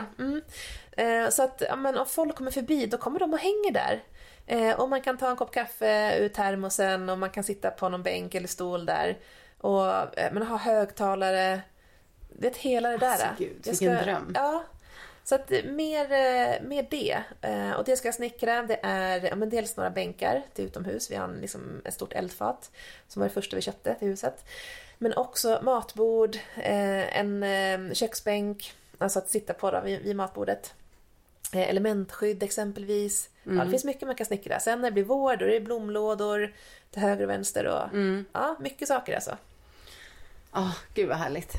Så att om folk kommer förbi, då kommer de och hänger där. Och man kan ta en kopp kaffe ur termosen och man kan sitta på någon bänk eller stol där. Och man har högtalare, vet, hela det där. Alltså, Gud, vilken dröm. Ja, så att mer det. Och det ska jag snickra. Det är dels några bänkar till utomhus. Vi har ett stort eldfat som var det första vi köpte till huset. Men också matbord, en köksbänk, alltså att sitta på vid matbordet. Elementskydd exempelvis. Ja, det finns mycket man kan snickra. Sen när det blir vår, då är det blomlådor till höger och vänster. Och, ja, mycket saker alltså. Gud vad härligt.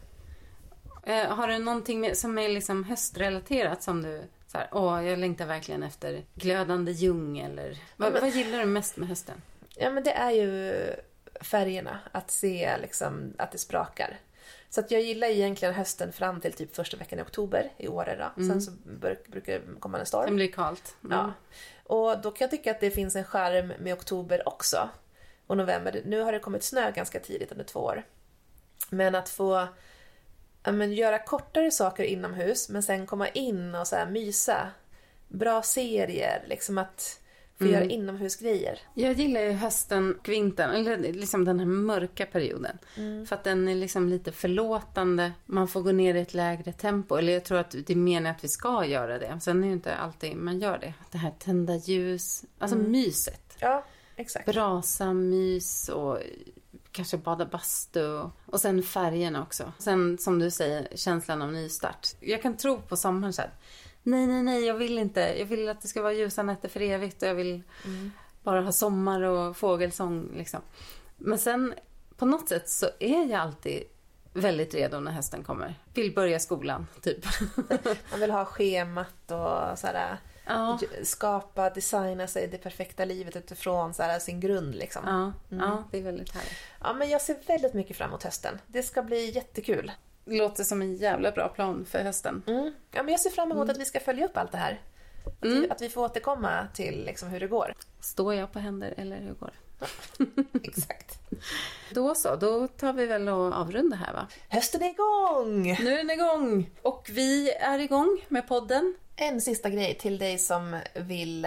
Har du någonting som är liksom höstrelaterat som du så här, jag längtar verkligen efter glödande ljung eller vad gillar du mest med hösten? Ja, men det är ju färgerna, att se liksom att det sprakar. Så att jag gillar egentligen hösten fram till typ första veckan i oktober i Åre då. Sen så brukar det komma en storm. Det blir kallt. Ja. Och då kan jag tycka att det finns en charm med oktober också. Och november. Nu har det kommit snö ganska tidigt under 2 år. Men att få göra kortare saker inomhus, men sen komma in och så här mysa. Bra serier, liksom att få göra inomhusgrejer. Jag gillar ju hösten och vintern, eller liksom den här mörka perioden. För att den är liksom lite förlåtande. Man får gå ner i ett lägre tempo. Eller jag tror att det är meningen att vi ska göra det. Sen är det ju inte alltid man gör det. Det här tända ljus, alltså myset. Ja, exakt. Brasa, mys och kanske bada bastu. Och sen färgerna också. Sen som du säger, känslan av nystart. Jag kan tro på sommaren så här. Nej, jag vill inte. Jag vill att det ska vara ljusa nätter för evigt. Och jag vill bara ha sommar och fågelsång liksom. Men sen på något sätt så är jag alltid väldigt redo när hösten kommer. Vill börja skolan, typ. Man vill ha schemat och sådär. Skapa, designa sig det perfekta livet utifrån såhär, sin grund liksom. Ja, det är väldigt härligt. Ja, men jag ser väldigt mycket fram emot hösten. Det ska bli jättekul. Det låter som en jävla bra plan för hösten. Ja, men jag ser fram emot att vi ska följa upp allt det här. Att vi får återkomma till liksom hur det går. Står jag på händer eller hur går det? Exakt. Då så, då tar vi väl och avrunda här va? Hösten är igång! Nu är den igång! Och vi är igång med podden. En sista grej till dig som vill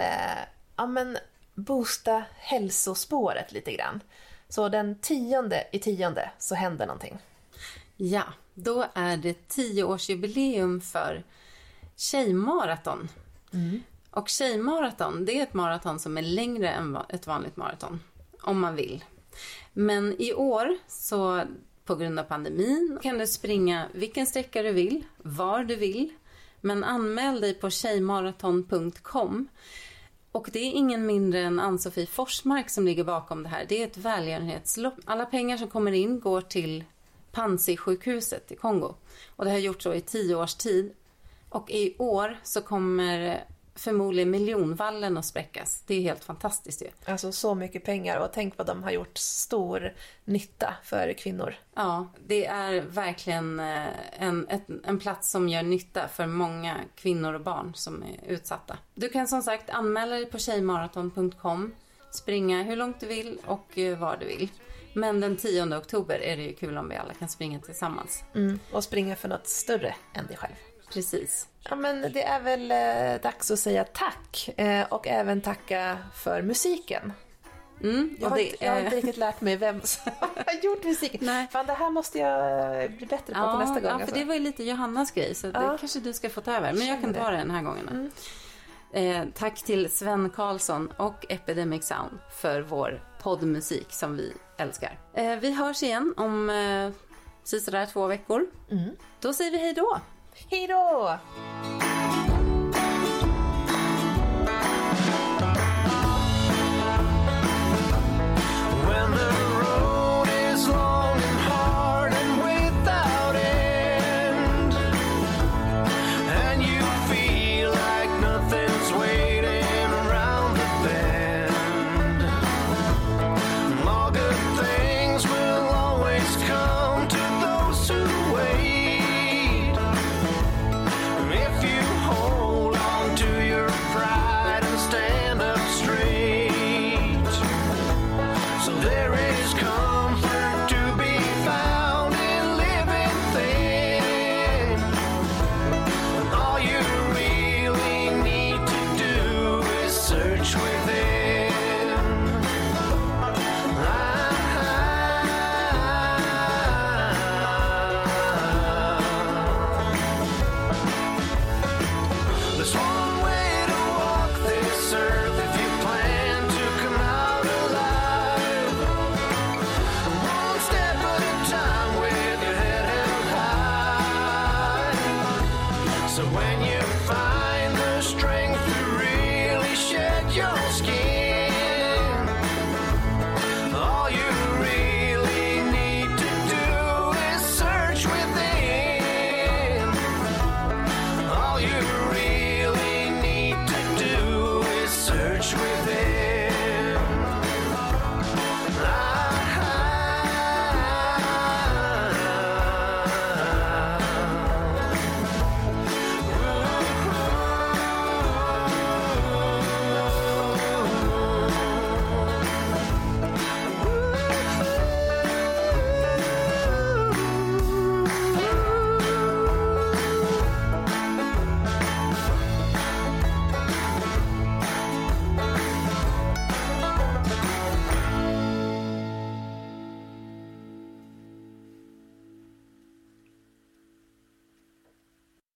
boosta hälsospåret lite grann. Så den 10/10 så händer någonting. Ja, då är det 10-årsjubileum för Tjejmaraton. Och Tjejmaraton, det är ett maraton som är längre än ett vanligt maraton. Om man vill. Men i år, så på grund av pandemin, kan du springa vilken sträcka du vill, var du vill. Men anmäl dig på tjejmaraton.com. Och det är ingen mindre än Ann-Sofie Forsmark som ligger bakom det här. Det är ett välgörenhetslopp. Alla pengar som kommer in går till Panzi-sjukhuset i Kongo. Och det har gjort så i 10 års tid. Och i år så kommer förmodligen miljonvallen att spräckas. Det är helt fantastiskt ju. Alltså så mycket pengar och tänk vad de har gjort stor nytta för kvinnor. Ja, det är verkligen en plats som gör nytta för många kvinnor och barn som är utsatta. Du kan som sagt anmäla dig på tjejmaraton.com, springa hur långt du vill och var du vill. Men den 10 oktober är det ju kul om vi alla kan springa tillsammans. Och springa för något större än dig själv. Precis. Ja, men det är väl dags att säga tack och även tacka för musiken. Jag har inte riktigt lärt mig vem som har gjort musiken. Nej. Fan, det här måste jag bli bättre på till nästa gång. Ja, för det var ju lite Johannas grej så det kanske du ska få ta över. Men jag kan ta det den här gången. Tack till Sven Karlsson och Epidemic Sound för vår poddmusik som vi älskar. Vi hörs igen om sådär 2 veckor. Då säger vi hej då! Hej då! When the road is long and hard and without end, and you feel like nothing's waiting around the bend, all good things will always come to those who wait. If you hold on to your pride and stand up straight, so there is comfort to be found in living thin. All you really need to do is search within.